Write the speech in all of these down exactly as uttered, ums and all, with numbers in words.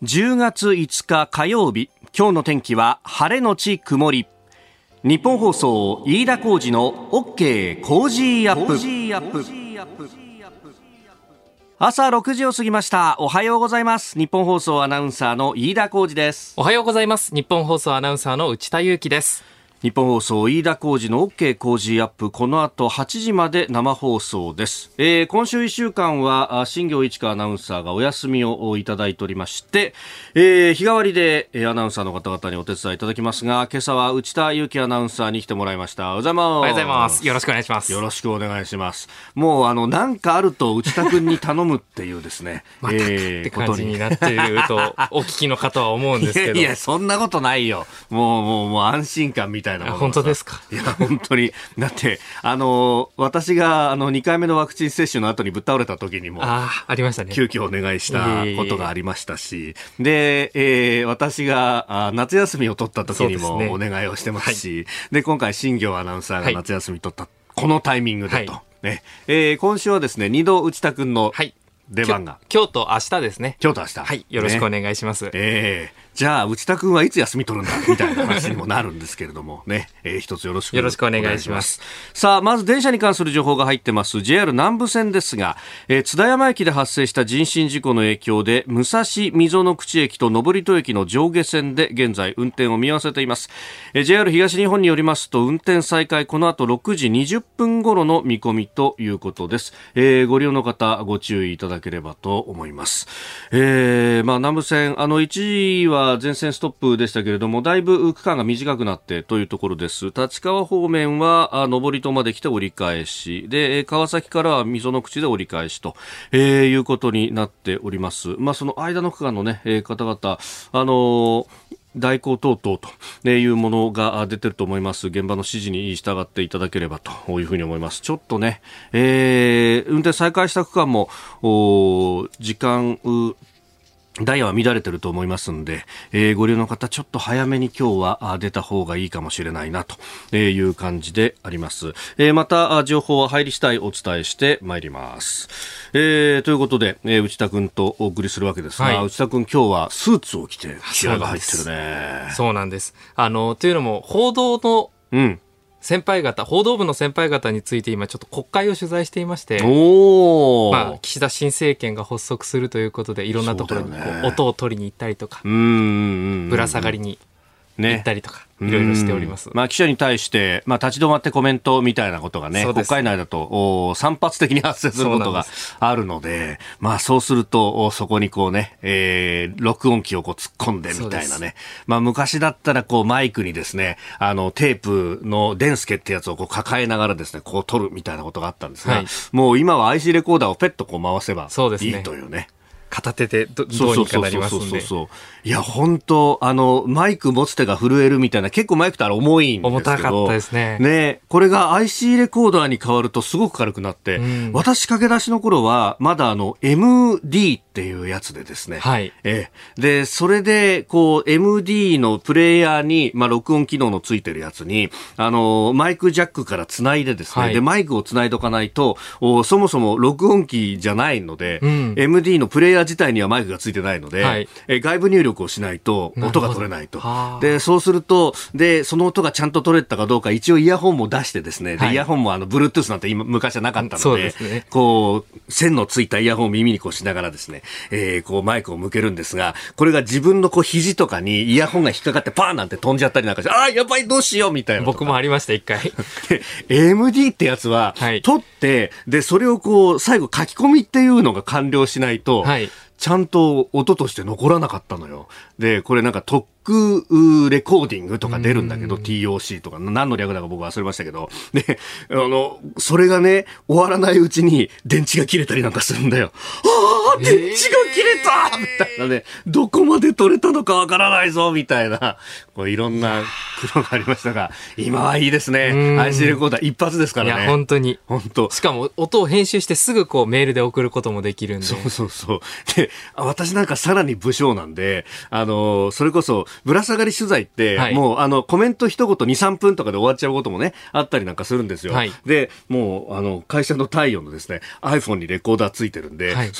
じゅうがついつか火曜日、今日の天気は晴れのち曇り。日本放送飯田浩司の OK コージーアップ。朝ろくじを過ぎました。おはようございます。日本放送アナウンサーの飯田浩司です。 おはようございます。日本放送アナウンサーの内田裕樹です。 日本放送飯田浩司の OK コージーアップ、この後はちじまで生放送です。えー、今週いっしゅうかんは新業一華アナウンサーがお休みをいただいておりまして、えー、日替わりでアナウンサーの方々にお手伝いいただきますが、今朝は内田裕樹アナウンサーに来てもらいました。おはようございます。 おはようございます。よろしくお願いします。 よろしくお願いします。もうあのなんかあると内田君に頼むっていうですねまたって感じになっているとお聞きの方は思うんですけど、 いやいやそんなことないよ。もうもうもう安心感みたいなもの。 本当ですか。 いや本当にだってあの私があのにかいめのワクチン接種の後にぶっ倒れた時にもあありましたね。 急遽お願いしたことがありましたし、で、えー、私があ夏休みを取った時にもお願いをしてますし、で、ねはい、で今回新業アナウンサーが夏休み取った、はい、このタイミングでと、はいねえー、今週はですねにど内田君の出番が、 はい、今日と明日ですね。 今日と明日、 はい、よろしくお願いします。 ねえーじゃあ内田君はいつ休み取るんだみたいな話にもなるんですけれどもね、えー、一つよろしくよろしくお願いします。 さあまず電車に関する情報が入ってます。 ジェイアール 南武線ですが、えー、津田山駅で発生した人身事故の影響で武蔵溝の口駅と登戸駅の上下線で現在運転を見合わせています。えー、ジェイアール 東日本によりますと運転再開この後ろくじにじゅっぷん頃の見込みということです。えー、ご利用の方ご注意いただければと思います。えーまあ、南武線あの一時は全線ストップでしたけれどもだいぶ区間が短くなってというところです。立川方面は登戸まで来て折り返しで、川崎からは溝の口で折り返しと、えー、いうことになっております。まあ、その間の区間の、ね、方々あのー代行等々というものが出てると思います。現場の指示に従っていただければというふうに思います。ちょっとね、えー、運転再開した区間も時間ダイヤは乱れてると思いますので、えー、ご利用の方ちょっと早めに今日は出た方がいいかもしれないなという感じであります。えー、また情報は入り次第お伝えしてまいります。えー、ということで、えー、内田君とお送りするわけですが、はい、内田君今日はスーツを着て気合が入ってるね。 そうなんです。あのというのも報道のうん先輩方、報道部の先輩方について今ちょっと国会を取材していまして、おまあ、岸田新政権が発足するということでいろんなところにこう音を取りに行ったりとか、うーんぶら下がりに行ったりとか、ね、いろいろしております。 まあ、記者に対して、まあ、立ち止まってコメントみたいなことがね国会内だと散発的に発生することがあるので、まあ、そうするとそこにこうね、えー、録音機をこう突っ込んでみたいなね、まあ、昔だったらこうマイクにですねあのテープの電スケってやつをこう抱えながらですねこう撮るみたいなことがあったんですが、はい、もう今は アイシー レコーダーをペッとこう回せばいいというね片手で ど, どうにかなりますんで。 いや本当あのマイク持つ手が震えるみたいな結構マイクってあれ重いんですけど重たかったですね。 ねこれが アイシー レコーダーに変わるとすごく軽くなって、うん、私駆け出しの頃はまだあの エムディー っていうやつでですね、はい、えでそれでこう エムディー のプレイヤーに、まあ、録音機能のついてるやつにあのマイクジャックからつないでですね、はい、でマイクをつないどかないとそもそも録音機じゃないので、うん、エムディー のプレイヤー自体にはマイクがついてないので、はい、え外部入力をしないと音が取れないと。でそうするとでその音がちゃんと取れたかどうか一応イヤホンも出してですね、はい、でイヤホンもあの Bluetooth なんて今昔はなかったの で, で、ね、こう線のついたイヤホンを耳にこうしながらですね、えー、こうマイクを向けるんですがこれが自分のこう肘とかにイヤホンが引っかかってパーンなんて飛んじゃったりなんかしてあーやばいどうしようみたいな僕もありました一回エムディー ってやつは、はい、取ってでそれをこう最後書き込みっていうのが完了しないと、はいちゃんと音として残らなかったのよ。で、これなんか特クレコーディングとか出るんだけど ティーオーシー とか何の略だか僕忘れましたけどで、あの、それがね、終わらないうちに電池が切れたりなんかするんだよ。ああ電池が切れたみたいなね、どこまで取れたのかわからないぞみたいな、こういろんな苦労がありましたが、今はいいですね。アイシー レコーダー一発ですからね。 いや、本当に。 本当。 しかも音を編集してすぐこうメールで送ることもできるんで。 そうそうそう。で、私なんかさらに武将なんで、あの、それこそ、ぶら下がり取材って、はい、もうあのコメント一言に、さんぷんとかで終わっちゃうこともねあったりなんかするんですよ、はい、でもうあの会社の太陽のですね iPhone にレコーダーついてるんで、はい、それでこ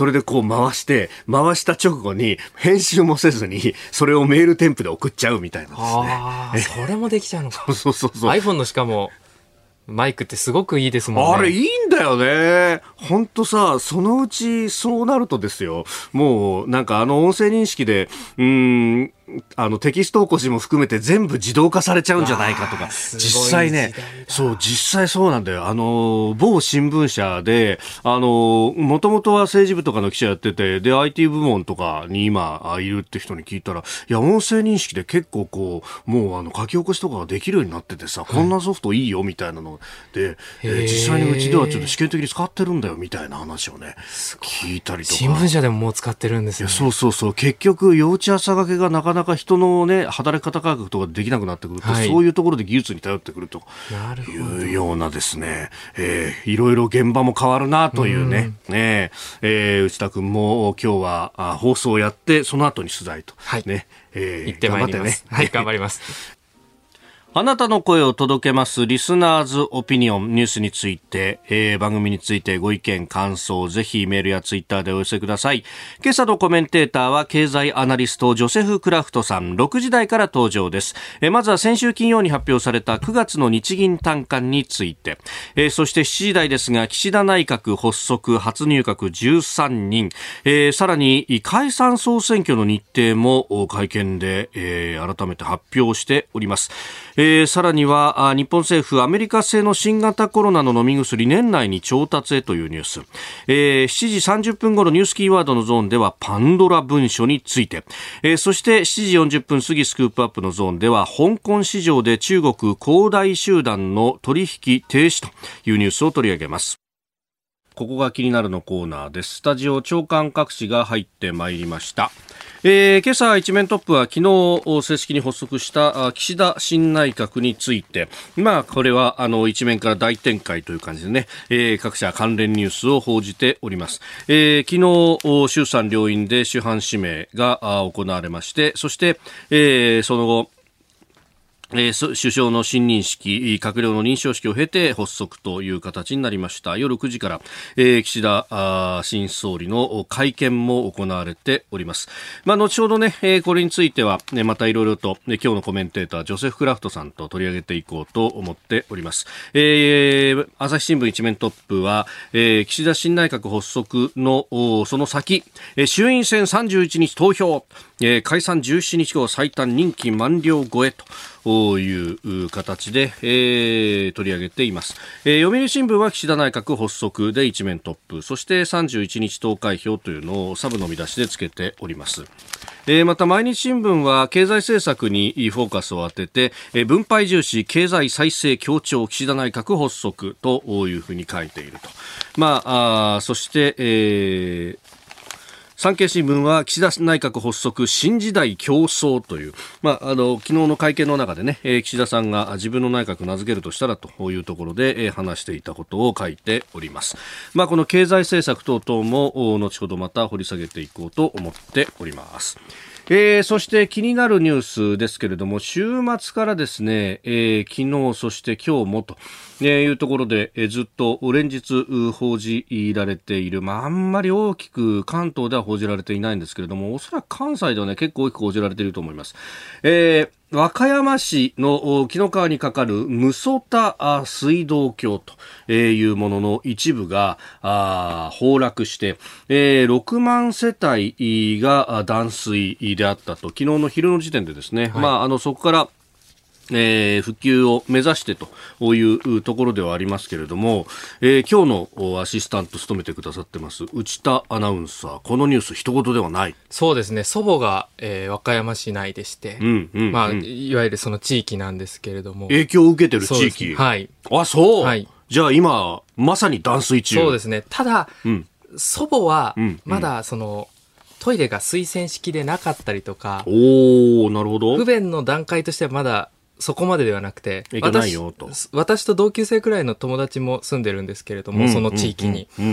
を回して回した直後に編集もせずにそれをメール添付で送っちゃうみたいなですね。 あそれもできちゃうのか。 そうそうそう。 iPhone のしかもマイクってすごくいいですもんね。 あれいいんだよね。ほんとさ、そのうちそうなるとですよ、もうなんかあの音声認識でうーんあのテキスト起こしも含めて全部自動化されちゃうんじゃないかとか、実際ね、そう実際そうなんだよ。あの某新聞社で、あのもともとは政治部とかの記者やってて、で アイティー 部門とかに今いるって人に聞いたら、いや音声認識で結構こうもうあの書き起こしとかができるようになっててさ、こんなソフトいいよみたいなので、えー、実際にうちではちょっと試験的に使ってるんだよみたいな話をね聞いたりとか。 新聞社でももう使ってるんですよね。 そうそうそう。結局幼稚朝掛けがなかなか人のね働き方改革とかできなくなってくると、はい、そういうところで技術に頼ってくるというようなですね、えー、いろいろ現場も変わるなというね、うん、ねえー、内田君も今日はあ放送をやってその後に取材と、 はい、 ね、 えー、行ってまいります。はい、頑張ります。 あなたの声を届けますリスナーズオピニオンニュースについて、えー、番組についてご意見感想ぜひメールやツイッターでお寄せください。今朝のコメンテーターは経済アナリストジョセフ・クラフトさん、ろくじ台から登場です。えー、まずは先週金曜に発表されたくがつの日銀短観について、えー、そしてしちじ台ですが岸田内閣発足初入閣じゅうさんにん、えー、さらに解散総選挙の日程も会見で、えー、改めて発表しております。えー、さらには日本政府アメリカ製の新型コロナの飲み薬年内に調達へというニュース、えー、しちじさんじゅっぷん頃ニュースキーワードのゾーンではパンドラ文書について、えー、そしてしちじよんじゅっぷん過ぎスクープアップのゾーンでは香港市場で中国恒大集団の取引停止というニュースを取り上げます。ここが気になるのコーナーです。スタジオ長官各紙が入ってまいりました。えー、今朝一面トップは昨日正式に発足した岸田新内閣について、まあこれはあの一面から大展開という感じでね、えー、各社関連ニュースを報じております。えー、昨日衆参両院で主犯指名が行われまして、そして、えー、その後えー、首相の親任式、閣僚の認証式を経て発足という形になりました。夜くじから、えー、岸田新総理の会見も行われております。まあ、後ほどね、えー、これについては、ね、またいろいろと、ね、今日のコメンテーター、ジョセフ・クラフトさんと取り上げていこうと思っております。えー、朝日新聞一面トップは、えー、岸田新内閣発足のその先、えー、衆院選さんじゅういちにち投票、えー、解散じゅうしちにちご最短任期満了超えとという形で、えー、取り上げています。えー、読売新聞は岸田内閣発足で一面トップ、そしてさんじゅういちにち投開票というのをサブの見出しでつけております。えー、また毎日新聞は経済政策にフォーカスを当てて、えー、分配重視経済再生強調岸田内閣発足というふうに書いていると。まあ、あそして、えー産経新聞は岸田内閣発足新時代競争という、まあ、あの昨日の会見の中でね、えー、岸田さんが自分の内閣を名付けるとしたらというところで、えー、話していたことを書いております。まあ、この経済政策等々も後ほどまた掘り下げていこうと思っております。えー、そして気になるニュースですけれども、週末からですね、えー、昨日そして今日もというところで、えー、ずっと連日報じられている、まあ、あんまり大きく関東では報じられていないんですけれども、おそらく関西ではね結構大きく報じられていると思います。えー和歌山市の紀の川に架かる六十田水道橋というものの一部が崩落して、えー、ろくまんせたいが断水であったと昨日の昼の時点でですね、はい、まあ、あのそこからえー、復旧を目指してというところではありますけれども、えー、今日のアシスタント務めてくださってます内田アナウンサー、このニュース一言ではない。 そうですね、祖母が、えー、和歌山市内でして、うんうんうん、まあ、いわゆるその地域なんですけれども、 影響を受けてる地域、 はい、 あ、そう、 はい、 じゃあ今まさに断水中。 そうですね、ただ、うん、祖母はまだその、うん、トイレが水洗式でなかったりとか、 おー、なるほど、 不便の段階としてはまだそこまでではなくて、 私, 私と同級生くらいの友達も住んでるんですけれども、うん、その地域に、うんうん、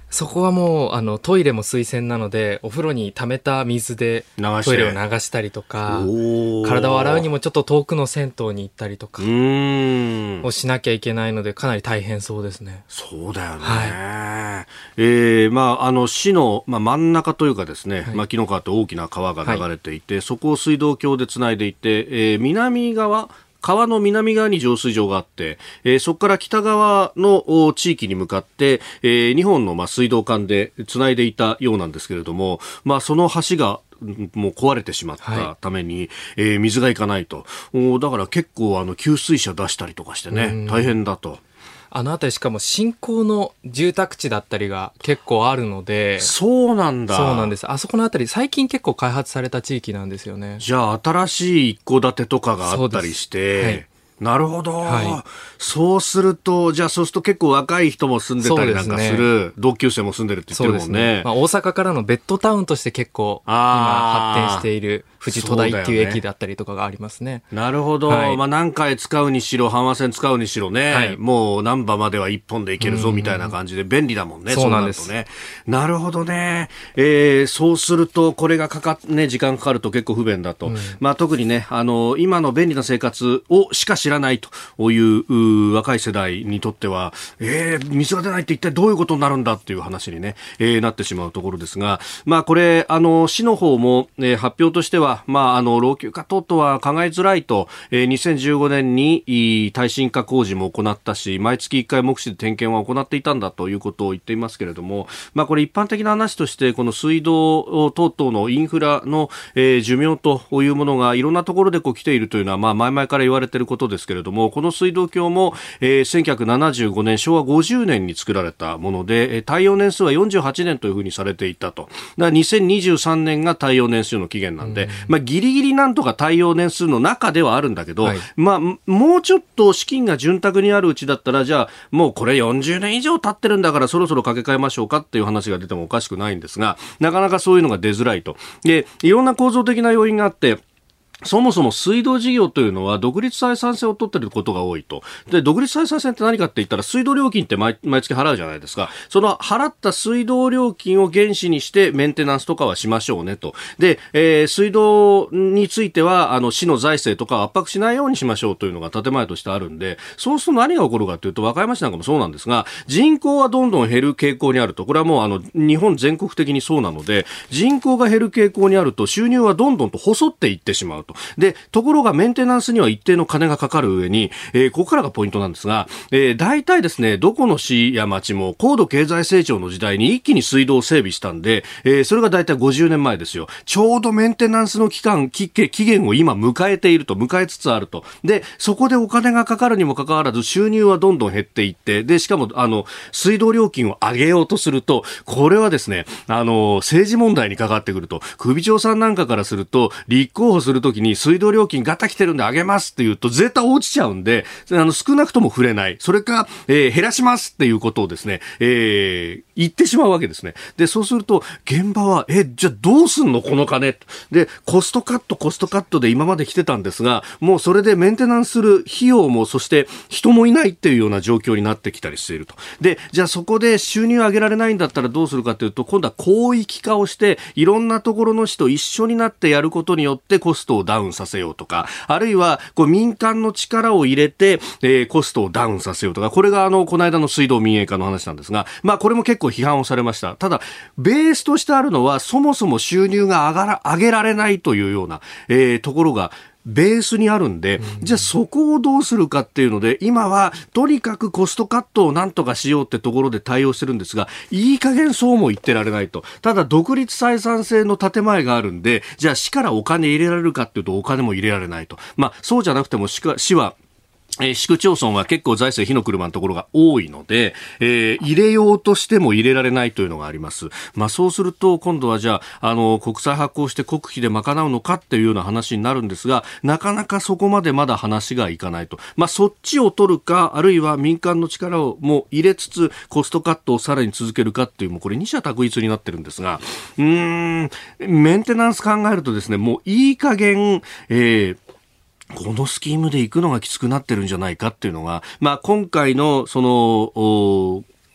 そこはもうあのトイレも水洗なので、お風呂に溜めた水でトイレを流したりとか、体を洗うにもちょっと遠くの銭湯に行ったりとかをしなきゃいけないので、かなり大変そうですね。 そうだよね、はい。えーまあ、あの市の、まあ、真ん中というかですね、はい、牧野川って大きな川が流れていて、はい、そこを水道橋でつないでいて、えー、南側川の南側に浄水場があって、えー、そこから北側の地域に向かって、えー、にほんのまあ水道管でつないでいたようなんですけれども、まあ、その橋がもう壊れてしまったために、はい、えー、水がいかないと。だから結構あの給水車出したりとかしてね、大変だと。 あのあたりしかも新興の住宅地だったりが結構あるので。 そうなんだ。 そうなんです。あそこのあたり最近結構開発された地域なんですよね。 じゃあ新しい一戸建てとかがあったりして、はい、なるほど、はい、そうするとじゃあそうすると結構若い人も住んでたりなんかする、ね、同級生も住んでるって言ってるもんね。 ね、まあ、大阪からのベッドタウンとして結構今発展している富士戸台っていう駅だったりとかがありますね。 なるほど、はい、まあ、何回使うにしろ阪和線使うにしろね、はい、もう難波までは一本で行けるぞみたいな感じで便利だもんね。 そうなんです。 そうなるとね。なるほどね、えー、そうするとこれがかか、ね、時間かかると結構不便だと、うん、まあ、特にねあの今の便利な生活をしか知らないという若い世代にとっては、えー、水が出ないって一体どういうことになるんだっていう話に、ね、えー、なってしまうところですが、まあ、これあの市の方も、えー、発表としてはまあ、あの老朽化等々は考えづらいと、えー、にせんじゅうごねんに耐震化工事も行ったし毎月いっかい目視で点検は行っていたんだということを言っていますけれども、まあ、これ一般的な話としてこの水道等々のインフラの、えー、寿命というものがいろんなところでこう来ているというのは、まあ、前々から言われていることですけれども、この水道橋も、えー、せんきゅうひゃくななじゅうごねんしょうわごじゅうねんに作られたもので耐用年数はよんじゅうはちねんというふうにされていたと。だからにせんにじゅうさんねんが耐用年数の期限なんで、うん、まあ、ギリギリなんとか耐用年数の中ではあるんだけど、はい、まあ、もうちょっと資金が潤沢にあるうちだったらじゃあもうこれよんじゅうねん以上経ってるんだからそろそろ掛け替えましょうかっていう話が出てもおかしくないんですが、なかなかそういうのが出づらいと。で、いろんな構造的な要因があって、そもそも水道事業というのは独立採算制を取っていることが多いと。で、独立採算制って何かって言ったら水道料金って毎、毎月払うじゃないですか。その払った水道料金を原資にしてメンテナンスとかはしましょうねと。で、えー、水道についてはあの市の財政とか圧迫しないようにしましょうというのが建前としてあるんで、そうすると何が起こるかというと、和歌山市なんかもそうなんですが、人口はどんどん減る傾向にあると。これはもうあの日本全国的にそうなので、人口が減る傾向にあると収入はどんどんと細っていってしまうと。で、ところがメンテナンスには一定の金がかかる上に、えー、ここからがポイントなんですが、えー、大体ですね、どこの市や町も高度経済成長の時代に一気に水道を整備したんで、えー、それが大体ごじゅうねんまえですよ。ちょうどメンテナンスの期間、期限を今迎えていると、迎えつつあると。で、そこでお金がかかるにもかかわらず収入はどんどん減っていって、で、しかも、あの、水道料金を上げようとすると、これはですね、あの、政治問題に関わってくると、首長さんなんかからすると、立候補するときに水道料金ガタ来てるんで上げますって言うと絶対落ちちゃうんで、あの少なくとも触れない。それか、えー、減らしますっていうことをですね、えー、言ってしまうわけですね。で、そうすると現場は、え、じゃあどうすんのこの金で、コストカットコストカットで今まで来てたんですが、もうそれでメンテナンスする費用も、そして人もいないっていうような状況になってきたりしていると。で、じゃあそこで収入上げられないんだったらどうするかというと、今度は広域化をしていろんなところの市と一緒になってやることによってコストをダウンさせようとか、あるいはこう民間の力を入れて、えー、コストをダウンさせようとか、これがあのこの間の水道民営化の話なんですが、まあこれも結構批判をされました。ただベースとしてあるのはそもそも収入が上がら、上げられないというような、えー、ところがベースにあるんで、うん、じゃあそこをどうするかっていうので、今はとにかくコストカットをなんとかしようってところで対応してるんですが、いい加減そうも言ってられないと。ただ独立採算制の建前があるんで、じゃあ市からお金入れられるかっていうとお金も入れられないと。まあそうじゃなくても市か、市はえー、市区町村は結構財政火の車のところが多いので、えー、入れようとしても入れられないというのがあります。まあそうすると今度はじゃあ、あの国債発行して国費で賄うのかっていうような話になるんですが、なかなかそこまでまだ話がいかないと。まあそっちを取るか、あるいは民間の力をもう入れつつコストカットをさらに続けるかっていう、もうこれ二者択一になってるんですが、うーんメンテナンス考えるとですね、もういい加減、えーこのスキームで行くのがきつくなってるんじゃないかっていうのが、まあ今回のその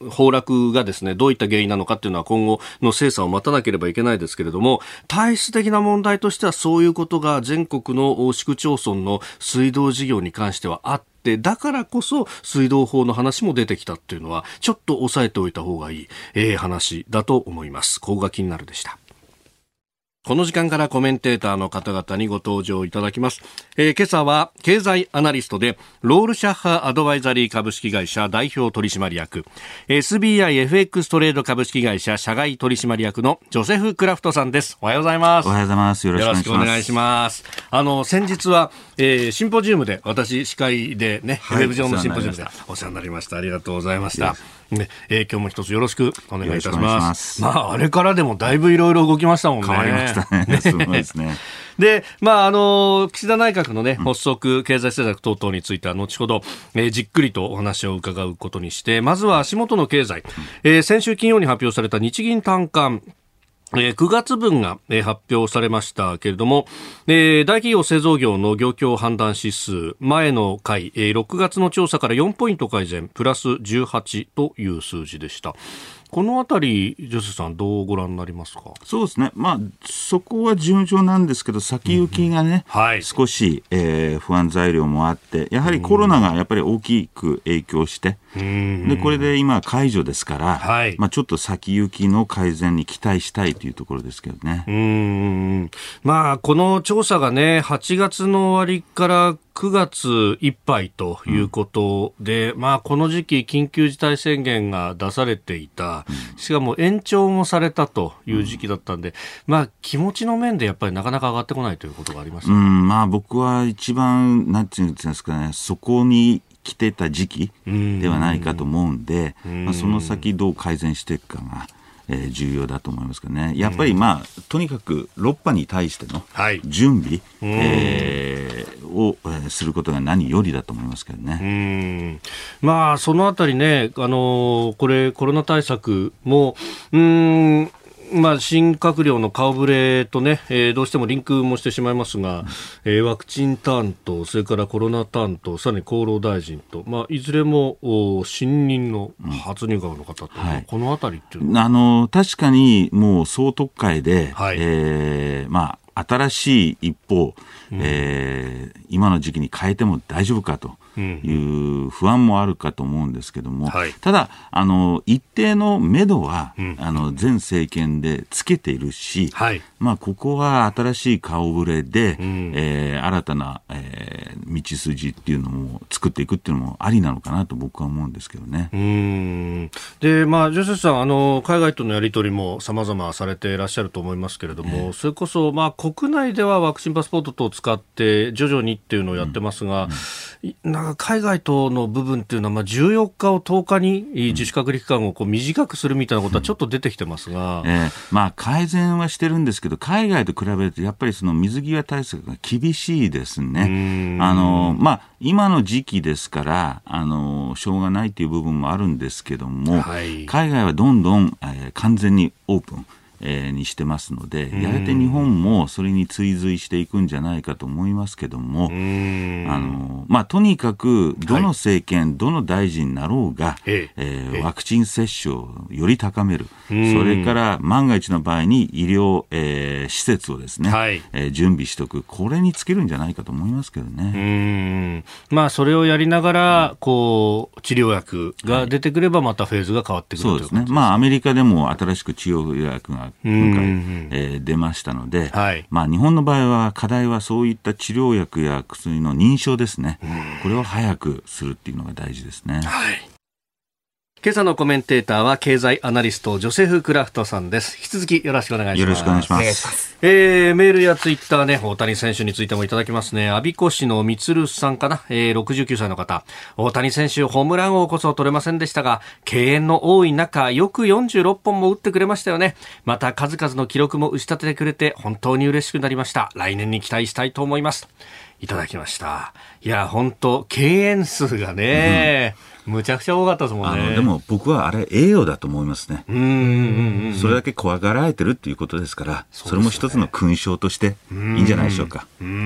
崩落がですねどういった原因なのかっていうのは今後の精査を待たなければいけないですけれども、体質的な問題としてはそういうことが全国の市区町村の水道事業に関してはあって、だからこそ水道法の話も出てきたっていうのはちょっと押さえておいた方がいい、えー、話だと思います。ここが気になるでした。この時間からコメンテーターの方々にご登場いただきます。えー、今朝は経済アナリストでロールシャッハアドバイザリー株式会社代表取締役、 エスビーアイエフエックス トレード株式会社社外取締役のジョセフ・クラフトさんです。おはようございます。 おはようございます。よろしくお願いします。 あの先日は、えー、シンポジウムで私司会でね、はい、ウェブ上のシンポジウムでお世話になりました。ありがとうございました。ね、えー、今日も一つよろしくお願いいたします。まあ、あれからでもだいぶいろいろ動きましたもんね。 変わりましたね。すごいですね。 で、まあ、あの、岸田内閣のね、発足、経済政策等々については後ほど、えー、じっくりとお話を伺うことにして、まずは足元の経済、えー、先週金曜に発表された日銀短観、えー、くがつ分が、えー、発表されましたけれども、えー、大企業製造業の業況判断指数、前の回、えー、ろくがつの調査からよんポイント改善、プラスじゅうはちという数字でした。このあたり、ジョセさんどうご覧になりますか？ そうですね、まあ、そこは順調なんですけど、先行きがね、うんうんはい、少し、えー、不安材料もあって、やはりコロナがやっぱり大きく影響して、うんでこれで今解除ですから、はいまあ、ちょっと先行きの改善に期待したいというところですけどね。 うんまあ、この調査がね、はちがつの終わりからくがついっぱいということで、うんまあ、この時期緊急事態宣言が出されていた、しかも延長もされたという時期だったんで、まあ、気持ちの面でやっぱりなかなか上がってこないということがあります、ねうんまあ、僕は一番なんていうんですかね、そこに来てた時期ではないかと思うんで、まあ、その先どう改善していくかがえー、重要だと思いますけどね。やっぱり、まあ、とにかくろっぱに対しての準備、はいえー、を、えー、することが何よりだと思いますけどね。 うんまあ、そのあたりね、あのー、これコロナ対策もうーんまあ、新閣僚の顔ぶれとね、えー、どうしてもリンクもしてしまいますが、うんえー、ワクチン担当、それからコロナ担当、さらに厚労大臣と、まあ、いずれも新任の初入閣の方と、うんはい、このあたりっていうのはあの確かにもう総督会で、はいえーまあ、新しい一方、うんえー、今の時期に変えても大丈夫かという不安もあるかと思うんですけども、はい、ただあの一定の目処は、うん、あの前政権でつけているし、はいまあ、ここは新しい顔ぶれで、うんえー、新たな、えー、道筋っていうのも作っていくっていうのもありなのかなと僕は思うんですけどね。 うんで、まあ、ジョセフさんあの海外とのやり取りも様々されていらっしゃると思いますけれども、えー、それこそ、まあ、国内ではワクチンパスポート等を使って徐々にっていうのをやってますが、うんうん、なんか海外との部分っていうのは、まあ、じゅうよっかをとおかに自主隔離期間をこう短くするみたいなことはちょっと出てきてますが、 うんえーまあ、改善はしてるんですけど、海外と比べるとやっぱりその水際対策が厳しいですね。あの、まあ、今の時期ですからあのしょうがないという部分もあるんですけども、はい、海外はどんどん、えー、完全にオープンえー、にしてますので、やがて日本もそれに追随していくんじゃないかと思いますけども、あの、まあ、とにかくどの政権、はい、どの大臣になろうが、ええー、ワクチン接種をより高める、それから万が一の場合に医療、えー、施設をですね、はいえー、準備しておく、これに尽きるんじゃないかと思いますけどね。 うんまあ、それをやりながらこう治療薬が出てくればまたフェーズが変わってくる、 はい、そうですね。まあ、アメリカでも新しく治療薬が今回、えー、出ましたので、はいまあ、日本の場合は課題はそういった治療薬や薬の認証ですね。これを早くするっていうのが大事ですね。はい今朝のコメンテーターは経済アナリストジョセフ・クラフトさんです。引き続きよろしくお願いします。 よろしくお願いします。 えー、メールやツイッターね、大谷選手についてもいただきますね。我孫子市のみつるさんかな、えー、ろくじゅうきゅうさいの方。大谷選手ホームラン王こそ取れませんでしたが、敬遠の多い中よくよんじゅうろっぽんも打ってくれましたよね。また数々の記録も打ち立ててくれて本当に嬉しくなりました。来年に期待したいと思います。 いただきました。いや本当敬遠数がね、うん、むちゃくちゃ多かったですもんね。 あのでも僕はあれ栄誉だと思いますね。うんうんうんうん、それだけ怖がられてるっていうことですから、 そ, ね、それも一つの勲章としていいんじゃないでしょうか。 うんうん、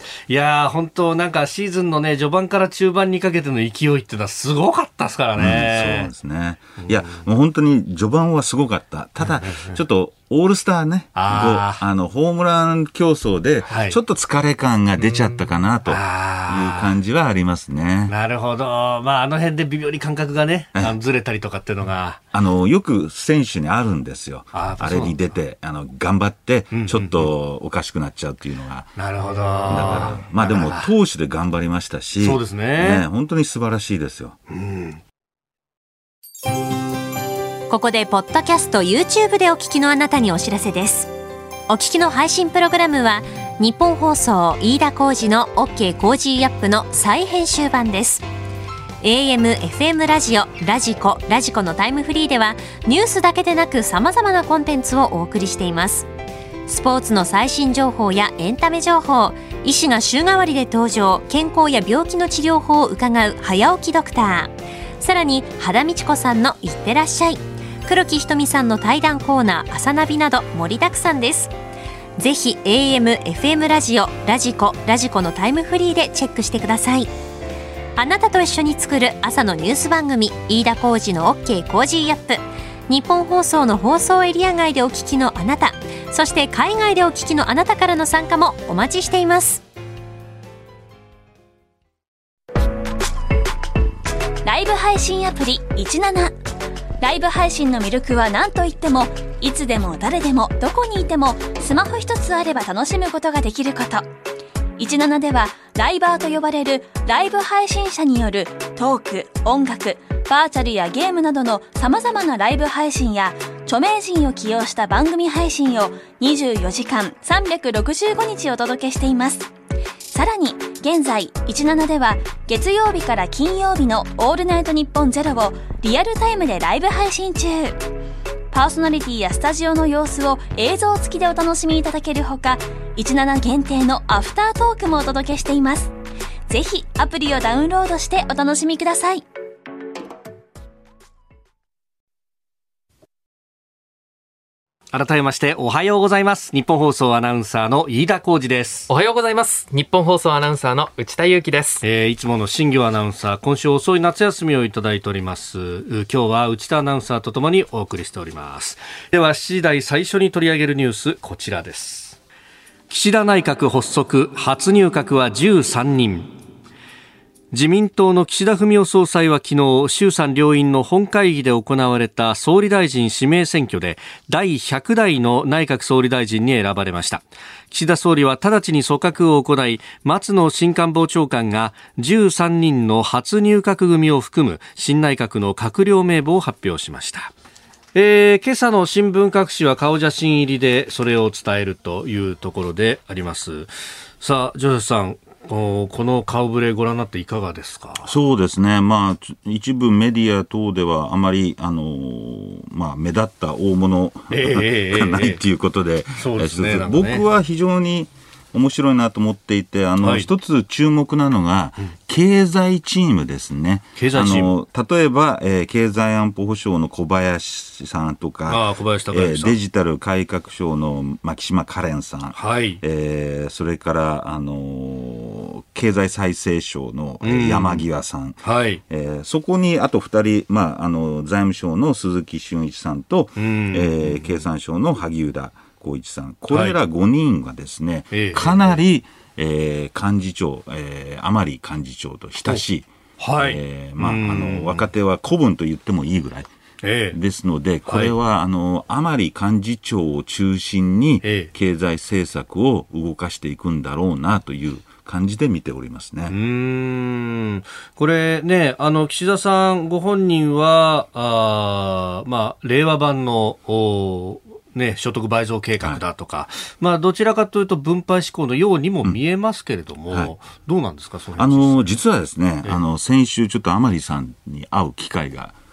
いや本当なんかシーズンのね序盤から中盤にかけての勢いっていうのはすごかったですからね。 うん、そうですね。いやもう本当に序盤はすごかった。ただちょっとオールスターね、ああのホームラン競争でちょっと疲れ感が出ちゃったかなという感じはありますね。 なるほど。まああの辺で微妙に感覚がね、あのずれたりとかっていうのがあのよく選手にあるんですよ。あ, あれに出てあの頑張ってちょっとおかしくなっちゃうっていうのが。 なるほど。だからまあでも投手で頑張りましたし、 そうですね。 ね、本当に素晴らしいですよ。うん、 ここでポッドキャスト YouTube でお聞きのあなたにお知らせです。お聞きの配信プログラムは日本放送飯田浩司の OK コージーアップの再編集版です。 エーエム、エフエム ラジオ、ラジコ、ラジコのタイムフリーではニュースだけでなく様々なコンテンツをお送りしています。スポーツの最新情報やエンタメ情報、医師が週替わりで登場、健康や病気の治療法を伺う早起きドクター、さらに原道子さんのいってらっしゃい、黒木ひとみさんの対談コーナー朝ナビなど盛りだくさんです。ぜひ エーエム、エフエム ラジオ、ラジコ、ラジコのタイムフリーでチェックしてください。あなたと一緒に作る朝のニュース番組飯田浩司の OK コージーアップ。日本放送の放送エリア外でお聞きのあなた、そして海外でお聞きのあなたからの参加もお待ちしています。 ライブ配信アプリいちなな。ライブ配信の魅力は何といっても、いつでも誰でもどこにいてもスマホ一つあれば楽しむことができること。いちななではライバーと呼ばれるライブ配信者によるトーク、音楽、バーチャルやゲームなどの様々なライブ配信や著名人を起用した番組配信をにじゅうよじかんさんびゃくろくじゅうごにちお届けしています。さらに現在いちななでは月曜日から金曜日のオールナイトニッポンゼロをリアルタイムでライブ配信中。パーソナリティやスタジオの様子を映像付きでお楽しみいただけるほか、いちなな限定のアフタートークもお届けしています。ぜひアプリをダウンロードしてお楽しみください。 改めましておはようございます。日本放送アナウンサーの飯田浩司です。 おはようございます。日本放送アナウンサーの内田裕樹です。 えー、いつもの新業アナウンサー、今週遅い夏休みをいただいております。今日は内田アナウンサーとともにお送りしております。ではしちじ台最初に取り上げるニュース、こちらです。岸田内閣発足、初入閣はじゅうさんにん。自民党の岸田文雄総裁は昨日、衆参両院の本会議で行われた総理大臣指名選挙でだいひゃくだいの内閣総理大臣に選ばれました。岸田総理は直ちに組閣を行い、松野新官房長官がじゅうさんにんの初入閣組を含む新内閣の閣僚名簿を発表しました。えー、今朝の新聞各紙は顔写真入りでそれを伝えるというところであります。さあ、ジョセフさん、この顔ぶれご覧になっていかがですか。 そうですね、まあ、一部メディア等ではあまり、あのーまあ、目立った大物、えー、がないということで、 そうですね、 僕は非常に面白いなと思っていて、あの、はい、一つ注目なのが、うん、経済チームですね。 経済チーム、 あの例えば、えー、経済安保保障の小林さんとか、 あ小林隆之さん、 えー、デジタル改革省の牧島かれんさん、 はい、 えー、それから、あのー、経済再生省の、うん、山際さん、 はい、 えー、そこにあとふたり、まあ、あの財務省の鈴木俊一さんと、うん、えー、経産省の萩生田光一さん、これらごにんがですね、はい、かなり、えー、幹事長、えー、甘利幹事長と親しい、 はい、 えーまあ、あの若手は子分と言ってもいいぐらい、えー、ですので、これは、はい、あの甘利幹事長を中心に経済政策を動かしていくんだろうなという感じで見ておりますね。 うーん、これね、あの岸田さんご本人はあ、まあ、令和版のおね、所得倍増計画だとか、はい、まあ、どちらかというと分配志向のようにも見えますけれども、うん、はい、どうなんですか、そのあの実はですね、あの先週ちょっと甘利さんに会う機会が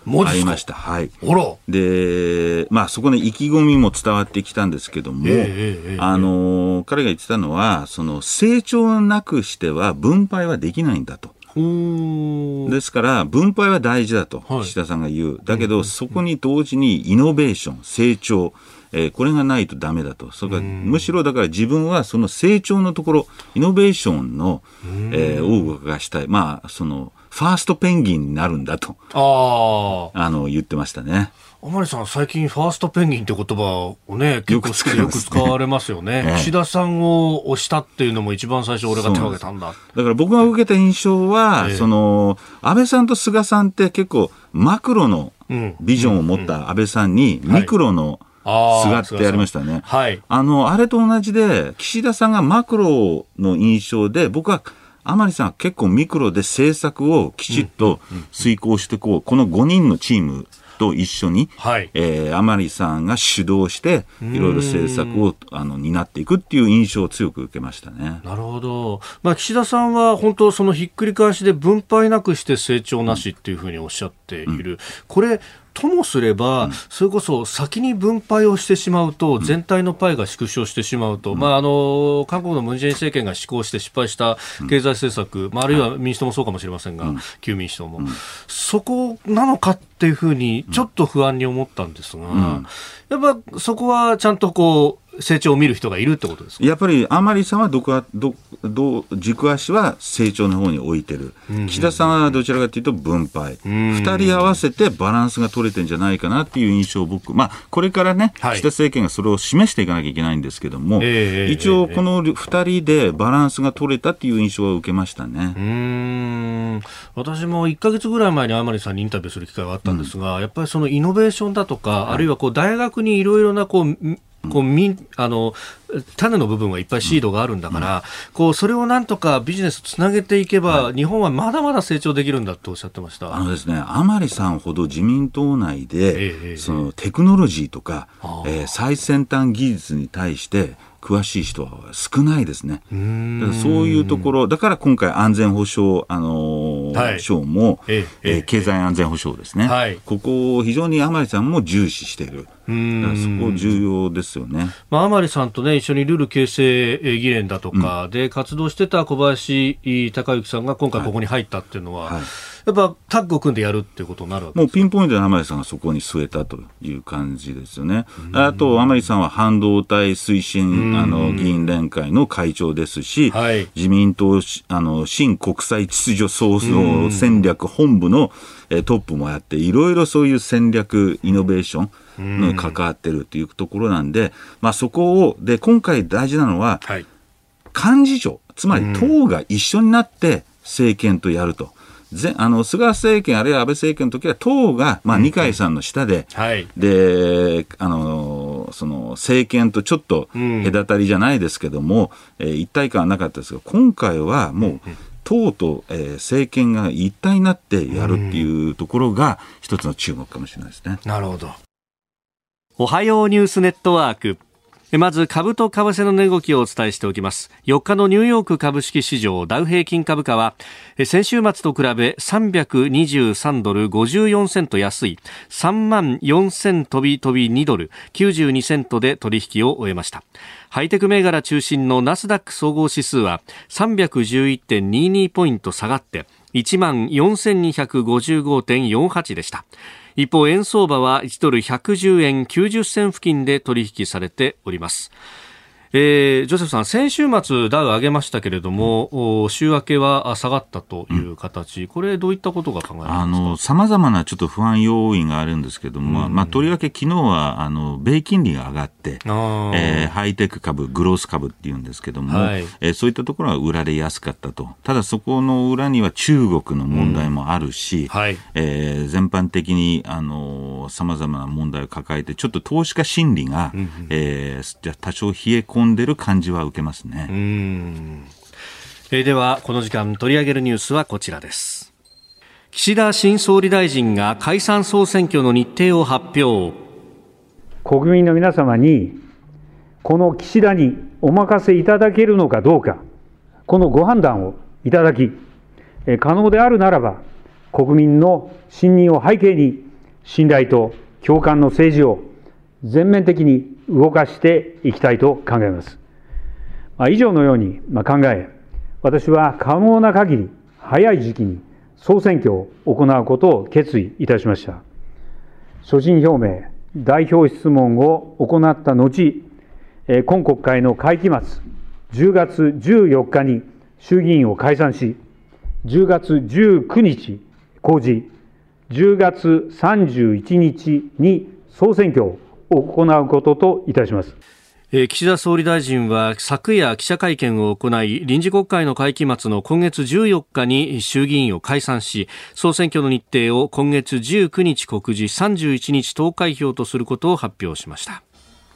ありました。はい。 あら。 で、まあそこの意気込みも伝わってきたんですけども、えー、あの、彼が言ってたのは、その成長なくしては分配はできないんだと。ですから分配は大事だと岸田さんが言う。だけどそこに同時にイノベーション、成長、えー、これがないとダメだと。それからむしろだから自分はその成長のところ、イノベーションの、えー、を動かしたい。まあそのファーストペンギンになるんだと、ああの言ってましたね。 甘利さん、最近ファーストペンギンって言葉をね、結構好きでよく使われますよね。ね、岸田さんを推したっていうのも一番最初俺が手を挙げたんだ。 だから僕が受けた印象は、えー、その安倍さんと菅さんって結構マクロのビジョンを持った安倍さんにミクロの菅ってやりましたね。はい、あのあれと同じで岸田さんがマクロの印象で、僕は甘利さんは結構ミクロで政策をきちっと遂行してこう、このごにんのチームと一緒に、はい、えー、甘利さんが主導していろいろ政策をあの担っていくっていう印象を強く受けましたね。 なるほど、まあ、岸田さんは本当そのひっくり返しで分配なくして成長なしっていうふうにおっしゃっている、うん、これともすれば、うん、それこそ先に分配をしてしまうと、うん、全体のパイが縮小してしまうと、うん、まあ、あの韓国のムン・ジェイン政権が施行して失敗した経済政策、うん、まあ、あるいは民主党もそうかもしれませんが、うん、旧民主党も、うん、そこなのかっていうふうにちょっと不安に思ったんですが、うん、やっぱそこはちゃんとこう成長を見る人がいるってことですか。 やっぱり甘利さんはどこはどど軸足は成長の方に置いてる、うんうん、岸田さんはどちらかというと分配、うん、ふたり合わせてバランスが取れてるんじゃないかなっていう印象を僕、まあ、これからね、はい、岸田政権がそれを示していかなきゃいけないんですけども、えー、一応このふたりでバランスが取れたっていう印象は受けましたね。 うーん、私もいっかげつぐらい前に甘利さんにインタビューする機会があったんですが、うん、やっぱりそのイノベーションだとか、はい、あるいはこう大学にいろいろなこうこうみあの種の部分はいっぱいシードがあるんだから、うん、こうそれをなんとかビジネスつなげていけば、はい、日本はまだまだ成長できるんだとおっしゃってました。 あのですね、甘利さんほど自民党内で、ええ、そのテクノロジーとか、えー、最先端技術に対して詳しい人は少ないですね。うーん、だからそういうところだから今回安全保障、あのーはい、省も、えええー、経済安全保障ですね、はい、ここを非常に甘利さんも重視している。うーん、だからそこ重要ですよね。 まあ、甘利さんと、ね、一緒にルール形成議連だとかで活動してた小林孝之さんが今回ここに入ったっていうのは、はいはい、やっぱタッグを組んでやるっていうことになるわけですか。 もうピンポイントで甘利さんがそこに据えたという感じですよね。あと甘利さんは半導体推進あの議員連会の会長ですし、はい、自民党あの新国際秩序創造戦略本部のえトップもやって、いろいろそういう戦略イノベーションの関わってるというところなんで、まあ、そこをで今回大事なのは、はい、幹事長つまり党が一緒になって政権とやると。あの菅政権あるいは安倍政権の時は党が、まあ、二階さんの下で、うん、はい、であのその政権とちょっと隔たりじゃないですけども、うん、えー、一体感はなかったですが、今回はもう、うん、党と、えー、政権が一体になってやるっていうところが一つの注目かもしれないですね。 なるほど。おはようニュースネットワーク、まず株と為替の値動きをお伝えしておきます。よっかのニューヨーク株式市場ダウ平均株価は先週末と比べさんびゃくにじゅうさんドルごじゅうよんセント安い さんまんよんせん飛び飛びにドルきゅうじゅうにセントで取引を終えました。ハイテク銘柄中心のナスダック総合指数は さんびゃくじゅういってんにに ポイント下がって いちまんよんせんにひゃくごじゅうごてんよんはち でした。一方、円相場はいちドルひゃくじゅうえんきゅうじゅっせん付近で取引されております。えー、ジョセフさん、先週末ダウ上げましたけれども、うん、週明けは下がったという形、うん、これどういったことが考えられますか。 さまざまなちょっと不安要因があるんですけれども、うん、まあ、とりわけ昨日はあの米金利が上がって、えー、ハイテク株グロース株っていうんですけども、はい、えー、そういったところは売られやすかったと。ただそこの裏には中国の問題もあるし、うん、はい、えー、全般的にさまざまな問題を抱えてちょっと投資家心理が、うんうん、えー、多少冷え込んでる感じは受けますね。 うーん、えー、ではこの時間取り上げるニュースはこちらです。岸田新総理大臣が解散総選挙の日程を発表。 国民の皆様にこの岸田にお任せいただけるのかどうか、このご判断をいただき、可能であるならば国民の信任を背景に信頼と共感の政治を全面的に動かしていきたいと考えます。まあ、以上のように考え、私は可能な限り早い時期に総選挙を行うことを決意いたしました。所信表明、代表質問を行った後、今国会の会期末、じゅうがつじゅうよっかに衆議院を解散し、じゅうがつじゅうくにち公示、じゅうがつさんじゅういちにちに総選挙を行うことといたします。 岸田総理大臣は昨夜記者会見を行い、臨時国会の会期末の今月じゅうよっかに衆議院を解散し、総選挙の日程を今月じゅうくにち告示、さんじゅういちにち投開票とすることを発表しました。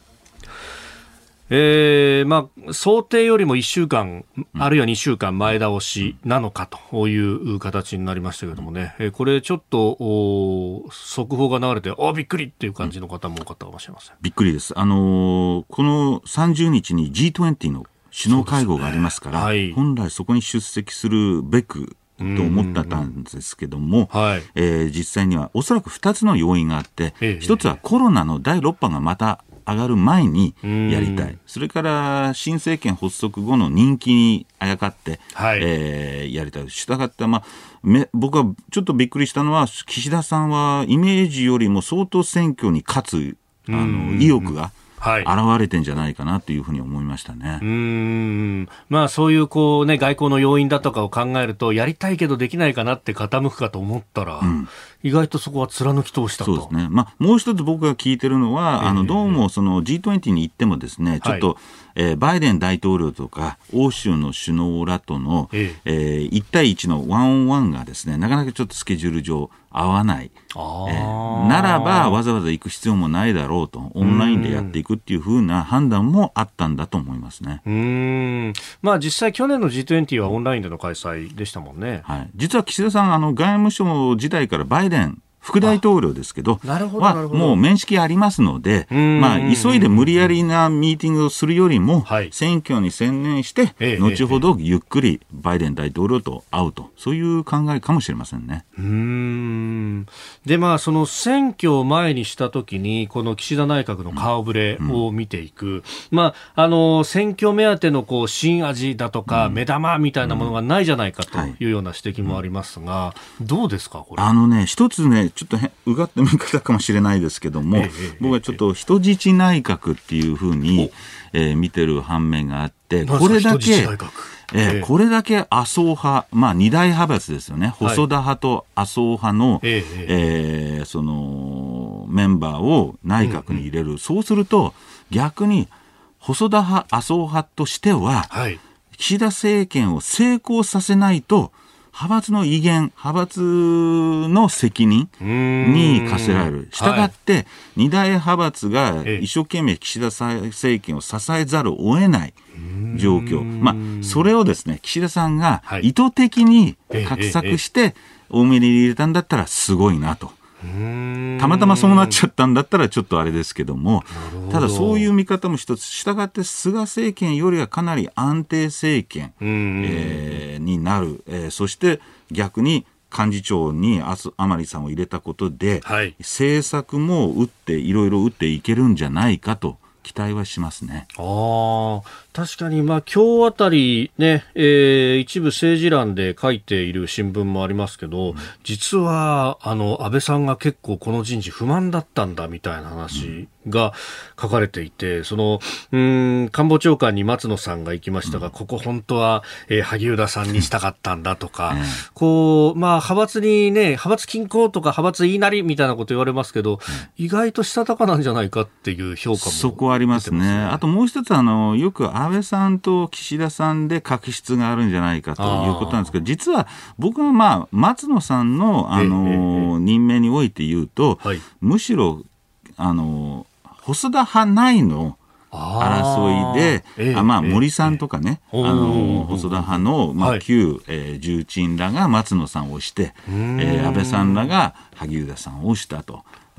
えーまあ、想定よりもいっしゅうかん、あるいはにしゅうかん前倒しなのかという形になりましたけれどもね、えー、これちょっと速報が流れて、あびっくりっていう感じの方も多かったかもしれません。 びっくりです。あのー、このさんじゅうにちに ジートゥエンティー の首脳会合がありますから、ねはい、本来そこに出席するべくと思ってたんですけども、はいえー、実際にはおそらくふたつの要因があって、えー、ひとつはコロナのだいろっぱがまた上がる前にやりたい、それから新政権発足後の人気にあやかって、はいえー、やりたい。したがって、まあ、め僕はちょっとびっくりしたのは、岸田さんはイメージよりも相当選挙に勝つあの意欲がはい、現れてんじゃないかなというふうに思いましたね。 うーん、まあ、そういうこう、ね、外交の要因だとかを考えると、やりたいけどできないかなって傾くかと思ったら、うん、意外とそこは貫き通したと。 そうですね。まあ、もう一つ僕が聞いてるのは、えー、あのどうもその ジートゥエンティー に行ってもですね、ちょっと、はいえー、バイデン大統領とか欧州の首脳らとの、えーえー、いち対いちのワンオンワンがですね、なかなかちょっとスケジュール上合わない。あえー、ならばわざわざ行く必要もないだろうと、オンラインでやっていくっていうふうな判断もあったんだと思いますね。 うーん、まあ、実際去年の ジートゥエンティー はオンラインでの開催でしたもんね。 はい、実は岸田さん、あの外務省時代からバイデン副大統領ですけど、 なるほどはもう面識ありますので、まあ、急いで無理やりなミーティングをするよりも、はい、選挙に専念して、ええ、後ほどゆっくりバイデン大統領と会うと、そういう考えかもしれませんね。 うーんで、まあ、その選挙を前にしたときに、この岸田内閣の顔ぶれを見ていく、うんうんまあ、あの選挙目当てのこう新味だとか、うん、目玉みたいなものがないじゃないかというような指摘もありますが、はい、どうですか、これ。 あのね、一つね、ちょっとうがった見方かもしれないですけども、ええ、僕はちょっと人質内閣っていうふうに、えー、見てる反面があって、これだけ、えー、これだけ麻生派、まあ二大派閥ですよね、細田派と麻生派の、えええー、そのメンバーを内閣に入れる、うんうん、そうすると逆に細田派、麻生派としては、はい、岸田政権を成功させないと派閥の威厳、派閥の責任に課せられる。したがって、はい、二大派閥が一生懸命岸田政権を支えざるを得ない状況。まあ、それをですね、岸田さんが意図的に画策して多めに入れたんだったらすごいなと。たまたまそうなっちゃったんだったらちょっとあれですけども、ただそういう見方も一つ、したがって菅政権よりはかなり安定政権、えー、になる、えー、そして逆に幹事長に甘利さんを入れたことで、はい、政策も打っていろいろ打っていけるんじゃないかと期待はしますね。 あ確かに、まあ、今日あたり、ねえー、一部政治欄で書いている新聞もありますけど、うん、実はあの安倍さんが結構この人事不満だったんだみたいな話が書かれていて、そのうーん官房長官に松野さんが行きましたが、うん、ここ本当は、えー、萩生田さんにしたかったんだとか、うん、こうまあ、派閥にね、派閥均衡とか派閥言いなりみたいなこと言われますけど、うん、意外としたたかなんじゃないかっていう評価も、 そこはありますね。あともう一つ、あのよく安倍さんと岸田さんで確執があるんじゃないかということなんですけど、実は僕は、まあ、松野さん の, あの任命において言うと、はい、むしろあの細田派内の争いで、えー、あまあ、森さんとかね、えー、あの細田派の、まあ、旧、はいえー、重鎮らが松野さんを推して、えー、安倍さんらが萩生田さんを推したと。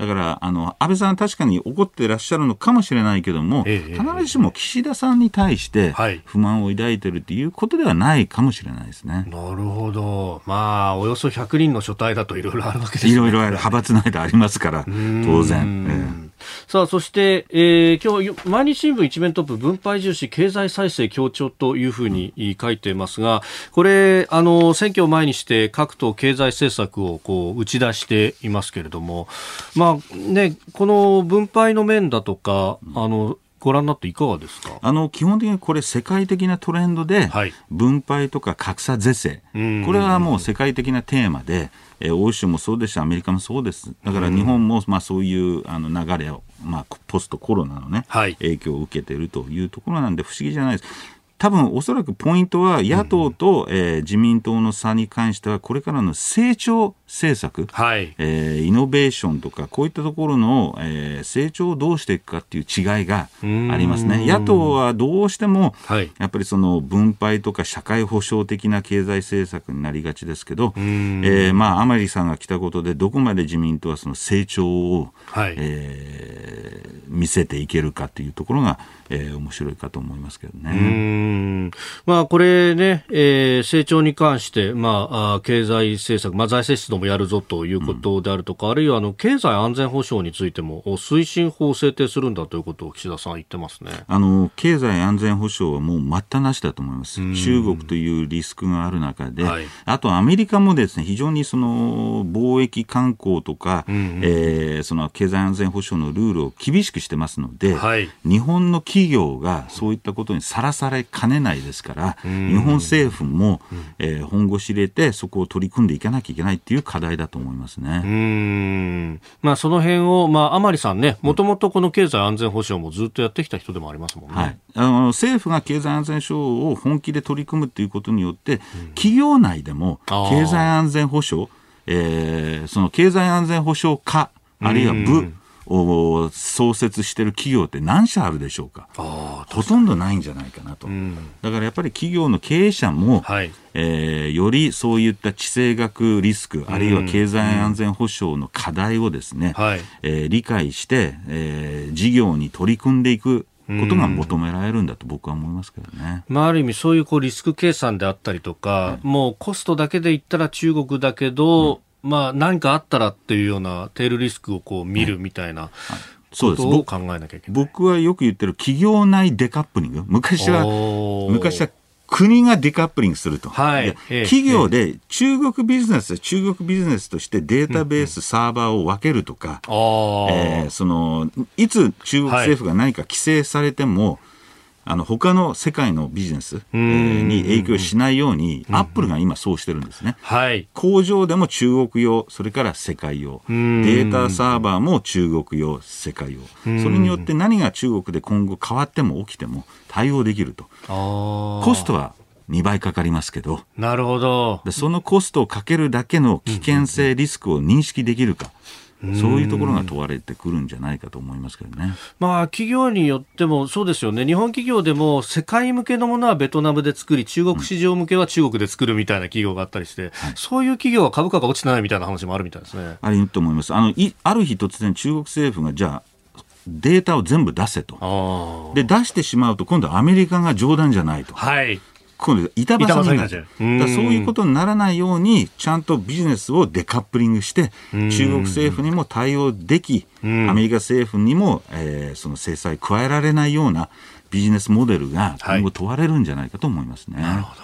だからあの安倍さん確かに怒ってらっしゃるのかもしれないけども、ええ、必ずしも岸田さんに対して不満を抱いているということではないかもしれないですね。 なるほど。まあおよそひゃくにんの所帯だといろいろあるわけですね。 いろいろある派閥内でありますから当然、ええ、 さあそして、えー、今日毎日新聞一面トップ分配重視経済再生強調というふうに書いていますが、これあの選挙を前にして各党経済政策をこう打ち出していますけれども、まあね、この分配の面だとかあのご覧になっていかがですか。 あの基本的にこれ世界的なトレンドで、はい、分配とか格差是正、これはもう世界的なテーマで、えー、欧州もそうですしアメリカもそうです。だから日本も、まあ、そういうあの流れを、まあ、ポストコロナの、ね、はい、影響を受けているというところなんで不思議じゃないです。多分おそらくポイントは野党と、うんえー、自民党の差に関してはこれからの成長政策、はいえー、イノベーションとかこういったところの、えー、成長をどうしていくかっていう違いがありますね。野党はどうしても、はい、やっぱりその分配とか社会保障的な経済政策になりがちですけど、えーまあ、甘利さんが来たことでどこまで自民党はその成長を、はいえー、見せていけるかというところが、えー、面白いかと思いますけどね。 うんまあ、これね、えー、成長に関して、まあ、あ経済政策、まあ、財政出動もやるぞということであるとか、うん、あるいはあの経済安全保障についても推進法を制定するんだということを岸田さんは言ってますね。 あの経済安全保障はもう待ったなしだと思います。中国というリスクがある中で、はい、あとアメリカもですね非常にその貿易慣行とか、うんうんえー、その経済安全保障のルールを厳しくしてますので、はい、日本の企業がそういったことにさらされかねないですから、日本政府も、えー、本腰入れてそこを取り組んでいかなきゃいけないという課題だと思いますね。 うーん、まあ、その辺を、まあ、甘利さんね、もともとこの経済安全保障もずっとやってきた人でもありますもんね。はい、 あの政府が経済安全保障を本気で取り組むということによって、企業内でも経済安全保障、えー、その経済安全保障課あるいは部を創設している企業って何社あるでしょうか。あほとんどないんじゃないかなと、うん、だからやっぱり企業の経営者も、はいえー、よりそういった地政学リスクあるいは経済安全保障の課題をですね、うんはいえー、理解して、えー、事業に取り組んでいくことが求められるんだと僕は思いますけどね。 まあ、ある意味そういうこうリスク計算であったりとか、はい、もうコストだけで言ったら中国だけど、うんまあ、何かあったらっていうようなテールリスクをこう見るみたいなことを考えなきゃいけない。 僕はよく言ってる企業内デカップリング、昔は昔は国がデカップリングすると、はい、企業で中国ビジネス中国ビジネスとしてデータベース、うん、サーバーを分けるとか、うんえー、そのいつ中国政府が何か規制されても、はいあの他の世界のビジネス、えー、に影響しないようにアップルが今そうしてるんですね、はい、工場でも中国用それから世界用データサーバーも中国用世界用それによって何が中国で今後変わっても起きても対応できるとコストはにばいかかりますけどなるほどでそのコストをかけるだけの危険性リスクを認識できるかそういうところが問われてくるんじゃないかと思いますけどね。 まあ、企業によってもそうですよね。日本企業でも世界向けのものはベトナムで作り中国市場向けは中国で作るみたいな企業があったりして、うんはい、そういう企業は株価が落ちてないみたいな話もあるみたいですね。 あると思います。あのいある日突然中国政府がじゃあデータを全部出せとで出してしまうと今度はアメリカが冗談じゃないと。はい今度板挟みになっちゃう。だそういうことにならないようにちゃんとビジネスをデカップリングして中国政府にも対応できアメリカ政府にも、えー、その制裁加えられないようなビジネスモデルが今後問われるんじゃないかと思いますね、はい、なるほ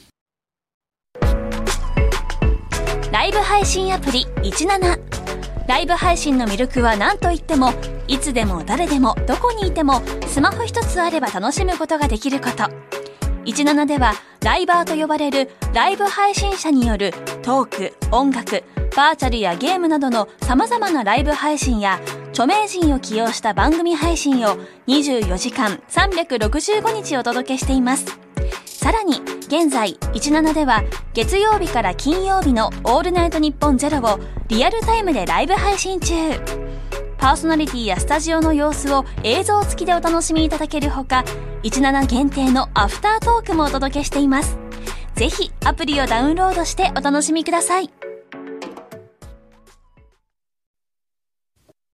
ど。ライブ配信アプリいちななライブ配信の魅力は何といってもいつでも誰でもどこにいてもスマホ一つあれば楽しむことができること。いちななではライバーと呼ばれるライブ配信者によるトーク、音楽、バーチャルやゲームなどの様々なライブ配信や著名人を起用した番組配信をにじゅうよじかんさんびゃくろくじゅうごにちお届けしています。さらに現在いちななでは月曜日から金曜日のオールナイトニッポンゼロをリアルタイムでライブ配信中。パーソナリティやスタジオの様子を映像付きでお楽しみいただけるほかいちなな限定のアフタートークもお届けしています。ぜひアプリをダウンロードしてお楽しみください。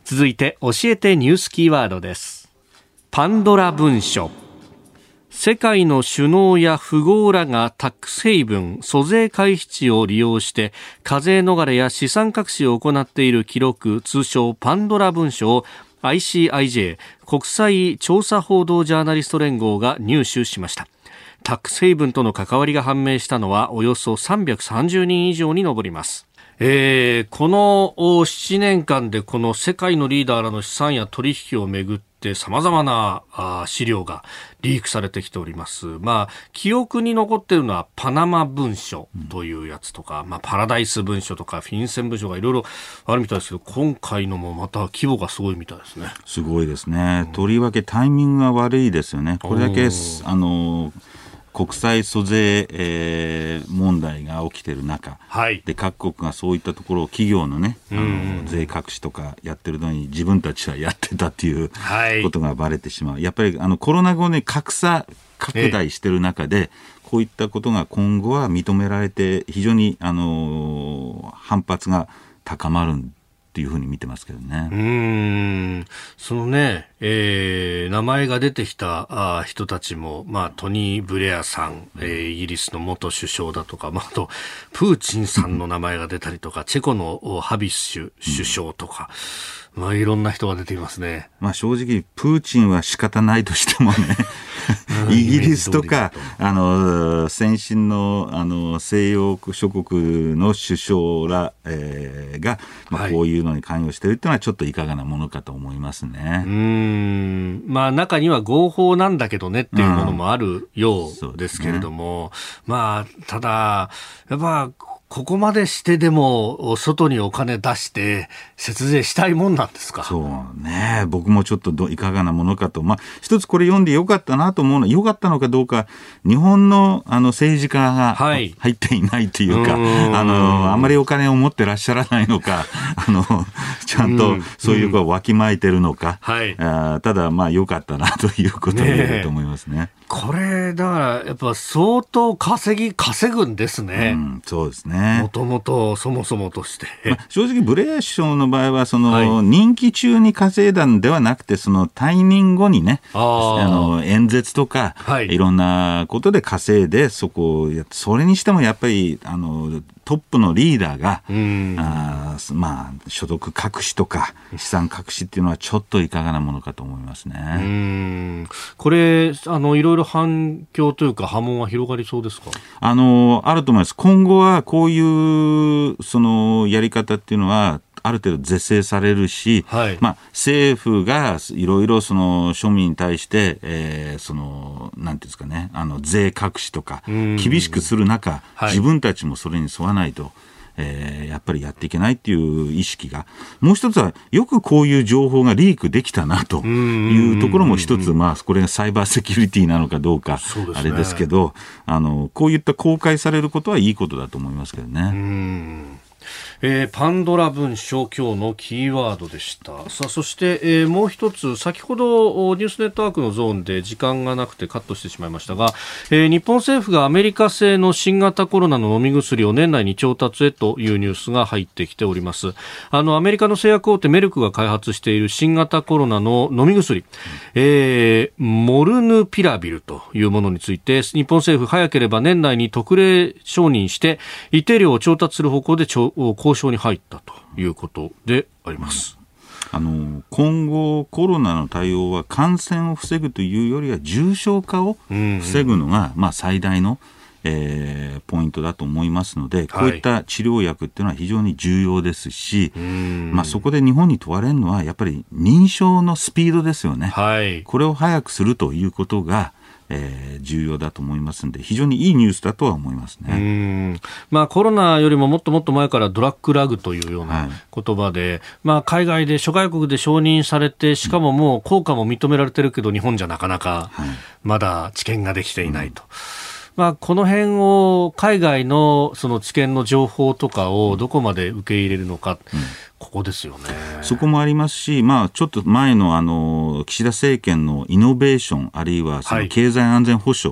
続いて教えてニュースキーワードです。パンドラ文書。世界の首脳や富豪らがタックスヘイブン、租税回避地を利用して課税逃れや資産隠しを行っている記録、通称パンドラ文書を アイシーアイジェー 国際調査報道ジャーナリスト連合が入手しました。タックスヘイブンとの関わりが判明したのはおよそさんびゃくさんじゅうにん以上に上ります。えー、このななねんかんでこの世界のリーダーらの資産や取引をめぐって様々なあ資料がリークされてきております。まあ、記憶に残っているのはパナマ文書というやつとか、うん、まあ、パラダイス文書とかフィンセン文書がいろいろあるみたいですけど、今回のもまた規模がすごいみたいですね。 すごいですね、うん、とりわけタイミングが悪いですよね。これだけあの国際租税、えー、問題が起きている中、はい、で各国がそういったところを企業のね、あの税隠しとかやってるのに自分たちはやってたっていうことがバレてしまう、はい、やっぱりあのコロナ後に格差拡大している中で、えー、こういったことが今後は認められて非常にあの反発が高まるんというふうに見てますけどね。 うーん、そのね、えー、名前が出てきたあ人たちも、まあ、トニー・ブレアさん、えー、イギリスの元首相だとか、まあ、あとプーチンさんの名前が出たりとか、チェコのハビス首相とか、うん、まあ、いろんな人が出ていますね。 まあ、正直プーチンは仕方ないとしてもねイギリスとかあの先進 の, あの西洋諸国の首相ら、えー、が、まあ、こういうのに関与しているというのはちょっといかがなものかと思いますね。 うーん、まあ、中には合法なんだけどねっていうものもあるようですけれども、うんね、まあ、ただやっぱここまでしてでも外にお金出して節税したいもんなんですか。 そうね、僕もちょっとどいかがなものかと、まあ、一つこれ読んでよかったなと思うのは、よかったのかどうか、日本のあの政治家が入っていないというか、はい、あのあんまりお金を持ってらっしゃらないのか、あのちゃんとそういう子はわきまえてるのか、はい、あただまあよかったなということを言えると思いますね。 これだからやっぱ相当稼ぎ稼ぐんですね。うん、 そうですね。 もともとそもそもとして、 まあ、正直ブレア首相の場合はその、はい、任期中に稼いだんではなくて、その退任後にね、あの演説とか、はい、いろんなことで稼いで、そこをやそれにしてもやっぱりあのトップのリーダーが、あまあ、所得隠しとか資産隠しっていうのはちょっといかがなものかと思いますね。 うーん、これあのいろいろ反響というか波紋は広がりそうですか。 あのあると思います。今後はこういうそのやり方っていうのはある程度是正されるし、はい、まあ、政府がいろいろその庶民に対して、えー、そのなんていうんですかね、あの税隠しとか厳しくする中、はい、自分たちもそれに沿わないと、えー、やっぱりやっていけないっていう意識が、もう一つはよくこういう情報がリークできたなというところも一つ、まあ、これがサイバーセキュリティなのかどうかあれですけど、あのこういった公開されることはいいことだと思いますけどね。 うーん、えー、パンドラ文書、今日のキーワードでした。さあ、そして、えー、もう一つ、先ほどニュースネットワークのゾーンで時間がなくてカットしてしまいましたが、えー、日本政府がアメリカ製の新型コロナの飲み薬を年内に調達へというニュースが入ってきております。あのアメリカの製薬大手メルクが開発している新型コロナの飲み薬、えー、モルヌピラビルというものについて、日本政府早ければ年内に特例承認して一定量を調達する方向で交渉に入ったということであります。 あの今後コロナの対応は感染を防ぐというよりは重症化を防ぐのが、うんうん、まあ、最大の、えー、ポイントだと思いますので、こういった治療薬っていうのは非常に重要ですし、はい、まあ、そこで日本に問われるのはやっぱり認証のスピードですよね。はい、これを早くするということがえー、重要だと思いますので、非常にいいニュースだとは思いますね。 うーん、まあ、コロナよりももっともっと前からドラッグラグというような言葉で、はい、まあ、海外で諸外国で承認されて、しかももう効果も認められてるけど、日本じゃなかなかまだ治験ができていないと、うん、まあ、この辺を海外のその治験の情報とかをどこまで受け入れるのか、うん、ここですよね。 そこもありますし、まあ、ちょっと前のあの岸田政権のイノベーション、あるいはその経済安全保障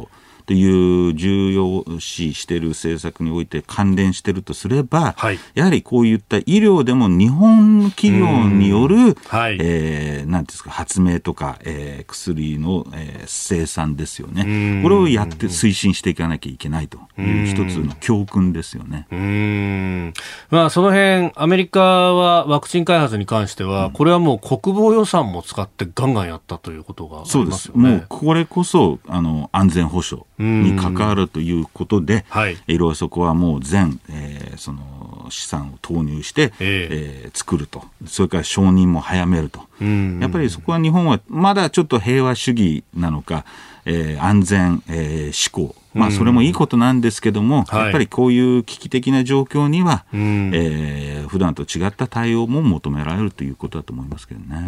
という重要視している政策において関連しているとすれば、はい、やはりこういった医療でも日本企業による、はい、えー、なんていうんですか、発明とか、えー、薬の、えー、生産ですよね。これをやって推進していかなきゃいけないという一つの教訓ですよね。 うーん、まあ、その辺アメリカはワクチン開発に関しては、うん、これはもう国防予算も使ってガンガンやったということがありますよね。そうです。 もうこれこそあの安全保障に関わるということで、はい、いろいろそこはもう全、えー、その資産を投入して、えーえー、作ると、それから承認も早めると、やっぱりそこは日本はまだちょっと平和主義なのか、えー、安全、えー、志向、まあ、それもいいことなんですけども、うん、やっぱりこういう危機的な状況には、はい、えー、普段と違った対応も求められるということだと思いますけどね。 うん、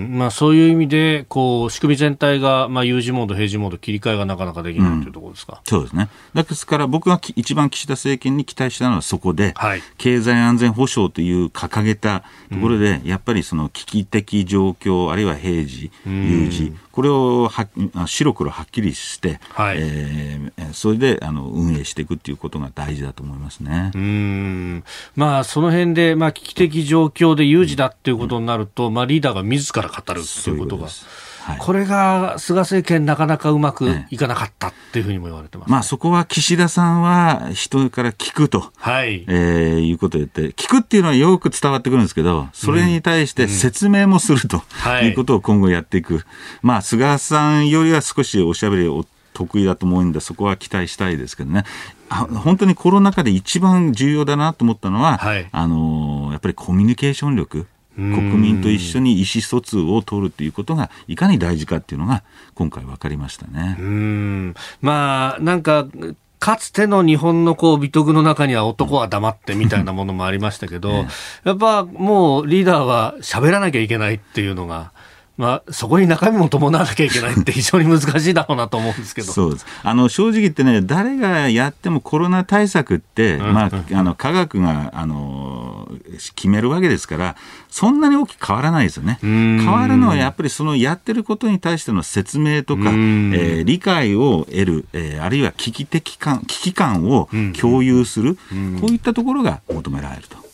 まあ、そういう意味でこう仕組み全体が、まあ、有事モード平時モード切り替えがなかなかできないというところですか。 うん、そうですね。ですから僕が一番岸田政権に期待したのはそこで、はい、経済安全保障という掲げたところで、うん、やっぱりその危機的状況あるいは平時、有事、これをは白黒はっきりして、はい、えー、それであの運営していくということが大事だと思いますね。 うーん、まあ、その辺で、まあ、危機的状況で有事だということになると、うん、まあ、リーダーが自ら語るということが、はい、これが菅政権なかなかうまくいかなかったっていうふうにも言われてます、ね。 まあ、そこは岸田さんは人から聞くと、はい、えー、いうことを言って、聞くっていうのはよく伝わってくるんですけど、それに対して説明もすると、うん、いうことを今後やっていく、はい、まあ、菅さんよりは少しおしゃべりを得意だと思うんで、そこは期待したいですけどね。あ、本当にコロナ禍で一番重要だなと思ったのは、はい、あのー、やっぱりコミュニケーション力、国民と一緒に意思疎通を取るということがいかに大事かっていうのが今回分かりましたね。 うーん、まあ、なんかかつての日本のこう美徳の中には男は黙ってみたいなものもありましたけど、ね、やっぱもうリーダーは喋らなきゃいけないっていうのが、まあ、そこに中身も伴わなきゃいけないって非常に難しいだろうなと思うんですけど。 そうです。あの正直言ってね、誰がやってもコロナ対策って、うん、まあ、あの科学があの決めるわけですから、そんなに大きく変わらないですよね。変わるのはやっぱりそのやってることに対しての説明とか、えー、理解を得る、えー、あるいは危機的感、危機感を共有する、こういったところが求められると。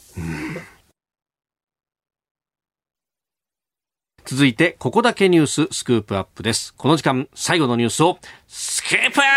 続いてここだけニューススクープアップです。この時間最後のニュースをスクープアッ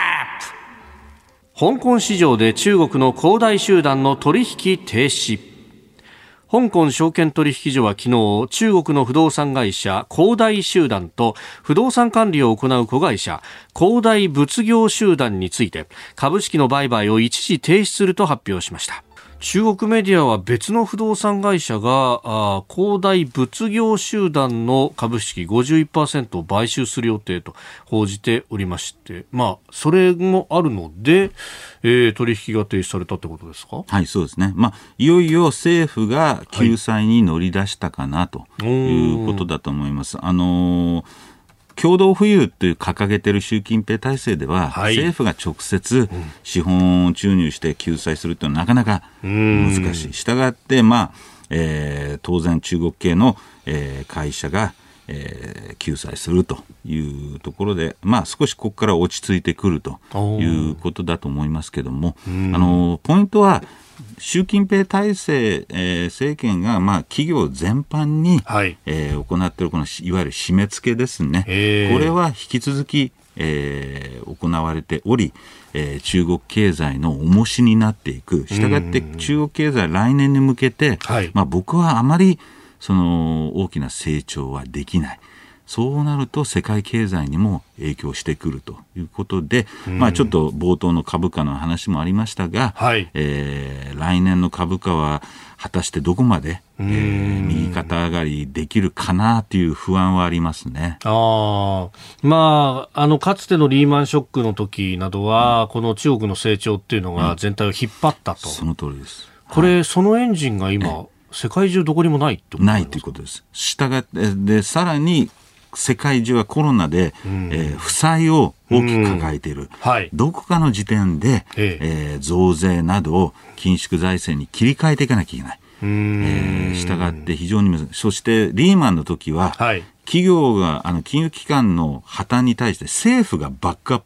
プ。香港市場で中国の恒大集団の取引停止。香港証券取引所は昨日、中国の不動産会社恒大集団と不動産管理を行う子会社恒大物業集団について株式の売買を一時停止すると発表しました。中国メディアは別の不動産会社があ恒大物業集団の株式 ごじゅういちパーセント を買収する予定と報じておりまして、まあ、それもあるので、えー、取引が停止されたってことですか。 はい、そうですね。まあ、いよいよ政府が救済に乗り出したかなということだと思います。あのー共同富裕という掲げている習近平体制では、はい、政府が直接資本を注入して救済するというのはなかなか難しい。したがって、まあえー、当然中国系の、えー、会社が、えー、救済するというところで、まあ、少しここから落ち着いてくるということだと思いますけども、あのポイントは習近平体制、えー、政権が、まあ、企業全般に、はいえー、行っているこのいわゆる締め付けですね。これは引き続き、えー、行われており、えー、中国経済の重しになっていく。したがって中国経済来年に向けて、はいまあ、僕はあまりその大きな成長はできない。そうなると世界経済にも影響してくるということで、まあ、ちょっと冒頭の株価の話もありましたが、はいえー、来年の株価は果たしてどこまで、えー、右肩上がりできるかなという不安はありますね。 あ、まあ、あのかつてのリーマンショックの時などは、うん、この中国の成長っていうのが全体を引っ張ったと、うん、 その通りです。 これ、はい、そのエンジンが今世界中どこにもないってことないということです。したがってでさらに世界中はコロナで、うんえー、負債を大きく抱えている、うんはい、どこかの時点で、えええー、増税などを緊縮財政に切り替えていかなきゃいけない。えー、したがって非常に難しい。そしてリーマンの時は、はい、企業があの金融機関の破綻に対して政府がバックアップ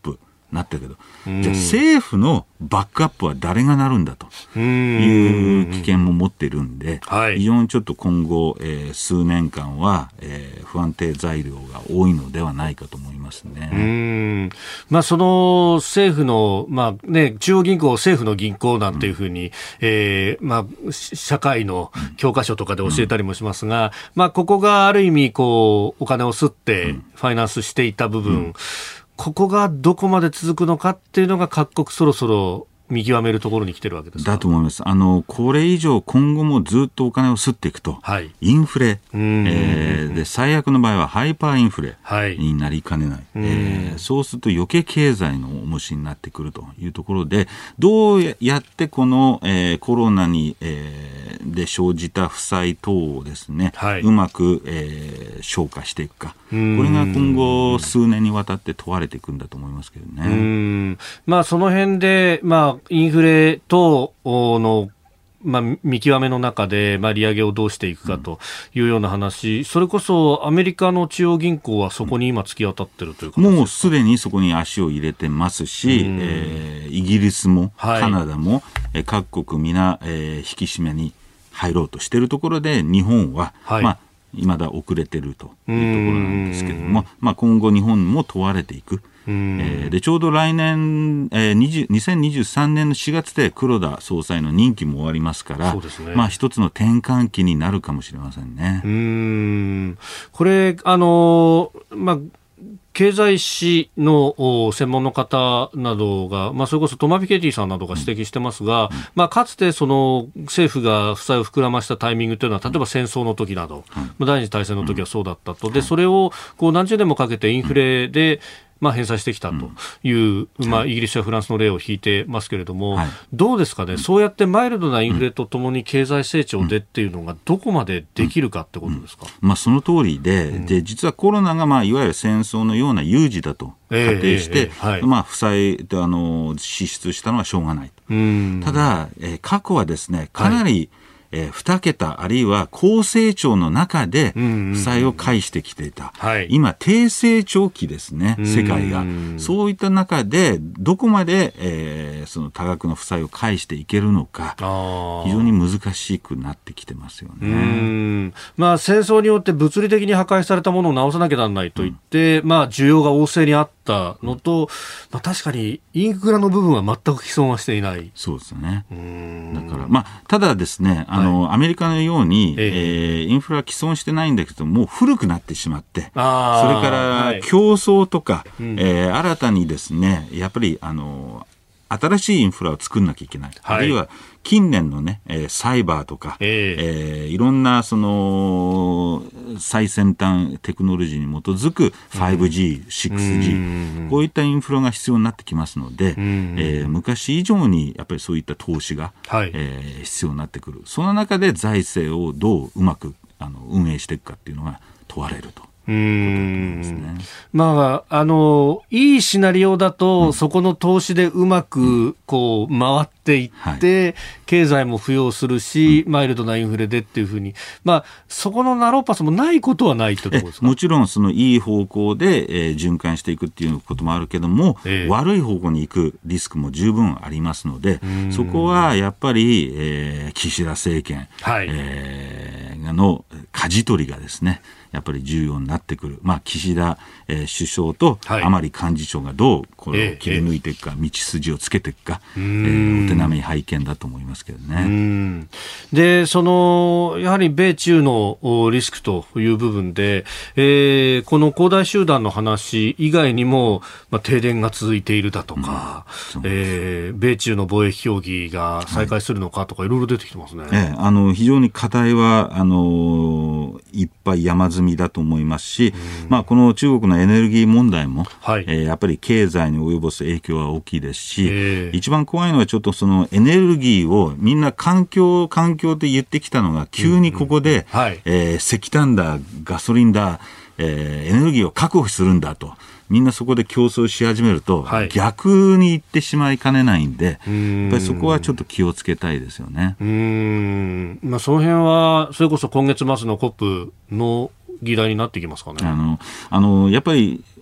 なってるけど、じゃあ政府のバックアップは誰がなるんだという危険も持っているんで、はい、非常にちょっと今後、えー、数年間は、えー、不安定材料が多いのではないかと思いますね。 うーん、まあ、その政府の、まあね、中央銀行、政府の銀行なんていうふうに、うんえーまあ、社会の教科書とかで教えたりもしますが、うんまあ、ここがある意味こうお金を吸ってファイナンスしていた部分、うんここがどこまで続くのかっていうのが各国そろそろ見極めるところに来てるわけですか。 だと思います。あのこれ以上今後もずっとお金を吸っていくと、はい、インフレ、えー、で最悪の場合はハイパーインフレになりかねない、はいえー、そうすると余計経済の重しになってくるというところでどうやってこの、えー、コロナに、えー、で生じた負債等をですね、はい、うまく、えー、消化していくかこれが今後数年にわたって問われていくんだと思いますけどね。 うんまあ、その辺で、まあインフレ等の、まあ、見極めの中で、まあ、利上げをどうしていくかというような話、うん、それこそアメリカの中央銀行はそこに今突き当たってるというか、 もうすでにそこに足を入れてますし、うんえー、イギリスもカナダも、はい、各国皆、えー、引き締めに入ろうとしているところで日本は、はいまあ、未だ遅れているというところなんですけれども、まあ、今後日本も問われていく。えー、でちょうど来年、えー、にせんにじゅうさんねんのしがつで黒田総裁の任期も終わりますから、そうですね、まあ、一つの転換期になるかもしれませんね。 うーんこれあのーまあ経済史の専門の方などが、まあ、それこそトマ・ピケティさんなどが指摘してますが、うんまあ、かつてその政府が負債を膨らましたタイミングというのは例えば戦争の時など、うん、第二次大戦の時はそうだったと、でそれをこう何十年もかけてインフレで、まあ、返済してきたという、うんまあ、イギリスやフランスの例を引いてますけれども、はい、どうですかね、うん、そうやってマイルドなインフレとともに経済成長でっていうのがどこまでできるかってことですか。 うんうんまあ、その通り で,、うん、で実はコロナが、まあ、いわゆる戦争のような有事だと仮定して、えーえーはいまあ、負債であの支出したのはしょうがないと。うんただ、えー、過去はですねかなり、はいえー、に桁あるいは高成長の中で負債を返してきていた、うんうんうん、今低成長期ですね世界が、うん、そういった中でどこまで、えー、その多額の負債を返していけるのか非常に難しくなってきてますよね。 うんまあ、戦争によって物理的に破壊されたものを直さなきゃならないといって、うんまあ、需要が旺盛にあったのと、まあ、確かにインフラの部分は全く既存はしていない。 そうですね。うんだから、まあ、ただですねあの、はい、アメリカのように、えー、インフラは既存してないんだけどもう古くなってしまってそれから競争とか、はいえー、新たにですねやっぱりあの新しいインフラを作んなきゃいけない、はい、あるいは近年のね、えー、サイバーとか、えーえー、いろんなその最先端テクノロジーに基づく ファイブジー、シックスジー こういったインフラが必要になってきますので、えー、昔以上にやっぱりそういった投資が、はいえー、必要になってくる。その中で財政をどううまくあの運営していくかっていうのが問われると。うーんね、まあ、あのいいシナリオだと、うん、そこの投資でうまくこう回っていって、はい、経済も浮揚するし、うん、マイルドなインフレでっていうふうに、まあ、そこのナローパスもないことはないってところですか。 もちろんそのいい方向で、えー、循環していくっていうこともあるけども、えー、悪い方向に行くリスクも十分ありますのでそこはやっぱり、えー、岸田政権、はいえー、の舵取りがですねやっぱり重要になってくる、まあ、岸田、えー、首相と甘利幹事長がどうこれを切り抜いていくか、えー、道筋をつけていくか、えー、お手並み拝見だと思いますけどね。 うんでそのやはり米中のリスクという部分で、えー、この恒大集団の話以外にも、まあ、停電が続いているだとか、うんえー、米中の貿易協議が再開するのかとか、はい、いろいろ出てきてますね。 えー、あの非常に課題はあのいっぱい山積みだと思いますし、まあ、この中国のエネルギー問題も、はいえー、やっぱり経済に及ぼす影響は大きいですし、えー、一番怖いのはちょっとそのエネルギーをみんな環境環境って言ってきたのが急にここで、うんうんはいえー、石炭だガソリンだ、えー、エネルギーを確保するんだとみんなそこで競争し始めると、はい、逆に行ってしまいかねないんでやっぱりそこはちょっと気をつけたいですよね。 うーん、まあ、その辺はそれこそ今月末の コップ の議題になってきますかね。 あのあのやっぱり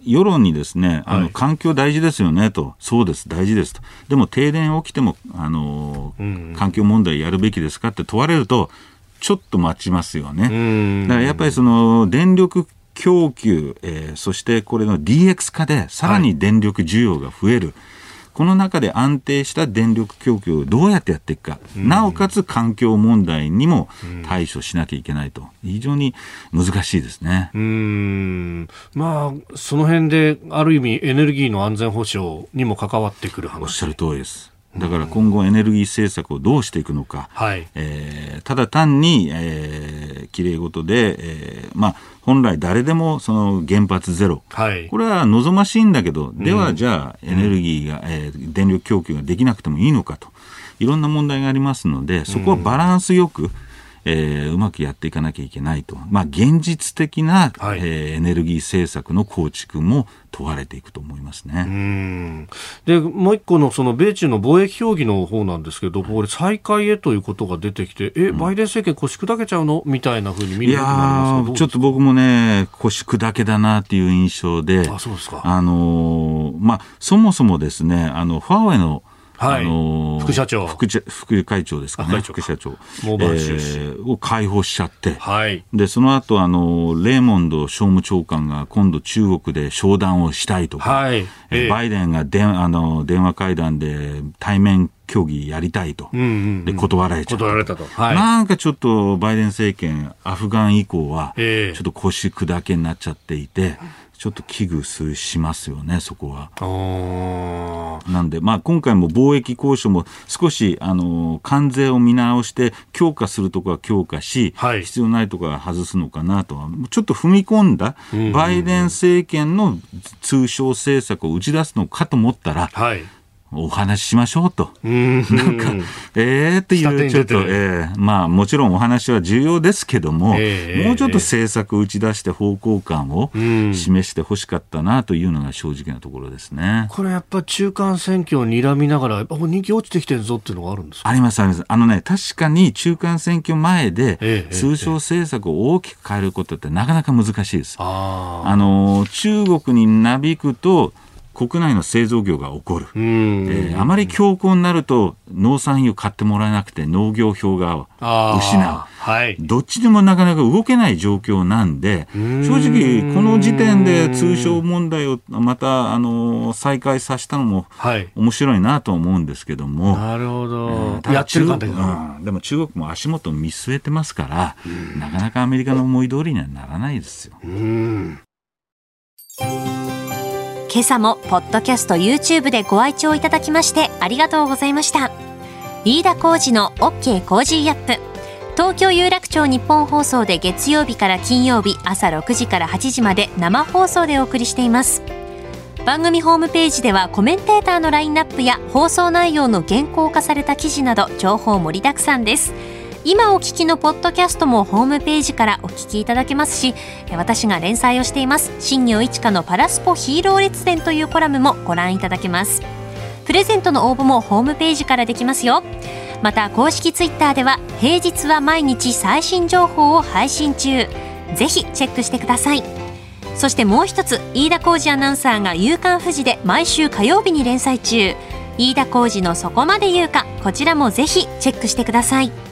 世論にですね、あの、 はい、 環境大事ですよねと、そうです大事ですと、でも停電起きてもあの、うん、環境問題やるべきですかって問われるとちょっと待ちますよね。うん、だからやっぱりその電力供給、えー、そしてこれの ディーエックス 化でさらに電力需要が増える、はい、この中で安定した電力供給をどうやってやっていくか、うん、なおかつ環境問題にも対処しなきゃいけないと、非常に難しいですね。 うーん、まあ、その辺である意味エネルギーの安全保障にも関わってくる話。 おっしゃる通りです。だから今後エネルギー政策をどうしていくのか、 はい、 えー、ただ単に、えー、きれい事で、えーまあ、本来誰でもその原発ゼロ、はい、これは望ましいんだけど、ではじゃあエネルギーが、うんえー、電力供給ができなくてもいいのかと、いろんな問題がありますので、そこはバランスよく、えー、うまくやっていかなきゃいけないと、まあ、現実的な、はいえー、エネルギー政策の構築も問われていくと思いますね。 うんでもう一個のその米中の貿易協議の方なんですけど、これ再開へということが出てきて、え、バイデン政権腰砕けちゃうのみたいなふうに見ることになりますか。 いやちょっと僕もね腰砕けだなっていう印象で、 あ、そうですか。 あのーまあ、そもそもですね、あのファーウェイのはい、 あのー、 副社長副, 副会長ですかね、副社長モーバン氏、えー、を解放しちゃって、 はい、 でその後あのレーモンド商務長官が今度中国で商談をしたいとか、 はいえー、バイデンがであの電話会談で対面協議やりたいと、うんうんうん、で断られちゃった、 断られたと、はい、 なんかちょっとバイデン政権アフガン以降はちょっと腰砕けになっちゃっていて、ちょっと危惧しますよね、そこは。なんで、まあ、今回も貿易交渉も少しあの関税を見直して強化するところは強化し、はい、必要ないところは外すのかなとはちょっと踏み込んだバイデン政権の通商政策を打ち出すのかと思ったら、はい、お話ししましょうと、うんなんかえーっていうちょっと、えー、まあもちろんお話は重要ですけども、えー、もうちょっと政策を打ち出して方向感を示してほしかったなというのが正直なところですね。 これやっぱ中間選挙を睨みながらやっぱ人気落ちてきてるぞっていうのがあるんですか。 ありますあります。あのね、確かに中間選挙前で通商政策を大きく変えることってなかなか難しいです。ああの中国になびくと国内の製造業が起こる、えー、あまり強硬になると農産品を買ってもらえなくて農業票が失う、はい、どっちでもなかなか動けない状況なんで、正直この時点で通商問題をまたあの再開させたのも面白いなと思うんですけども、 なるほど、 えー、やってるかというか、うん、でも中国も足元を見据えてますからなかなかアメリカの思い通りにはならないですよ。うん今朝もポッドキャスト YouTube でご愛聴いただきましてありがとうございました。飯田浩司の OK コージーアップ、東京有楽町日本放送で月曜日から金曜日朝ろくじからはちじまで生放送でお送りしています。番組ホームページではコメンテーターのラインナップや放送内容の原稿化された記事など情報盛りだくさんです。今お聞きのポッドキャストもホームページからお聞きいただけますし、私が連載をしています新業一華のパラスポヒーロー列伝というコラムもご覧いただけます。プレゼントの応募もホームページからできますよ。また公式ツイッターでは平日は毎日最新情報を配信中、ぜひチェックしてください。そしてもう一つ、飯田浩司アナウンサーが夕刊フジで毎週火曜日に連載中、飯田浩司のそこまで言うか、こちらもぜひチェックしてください。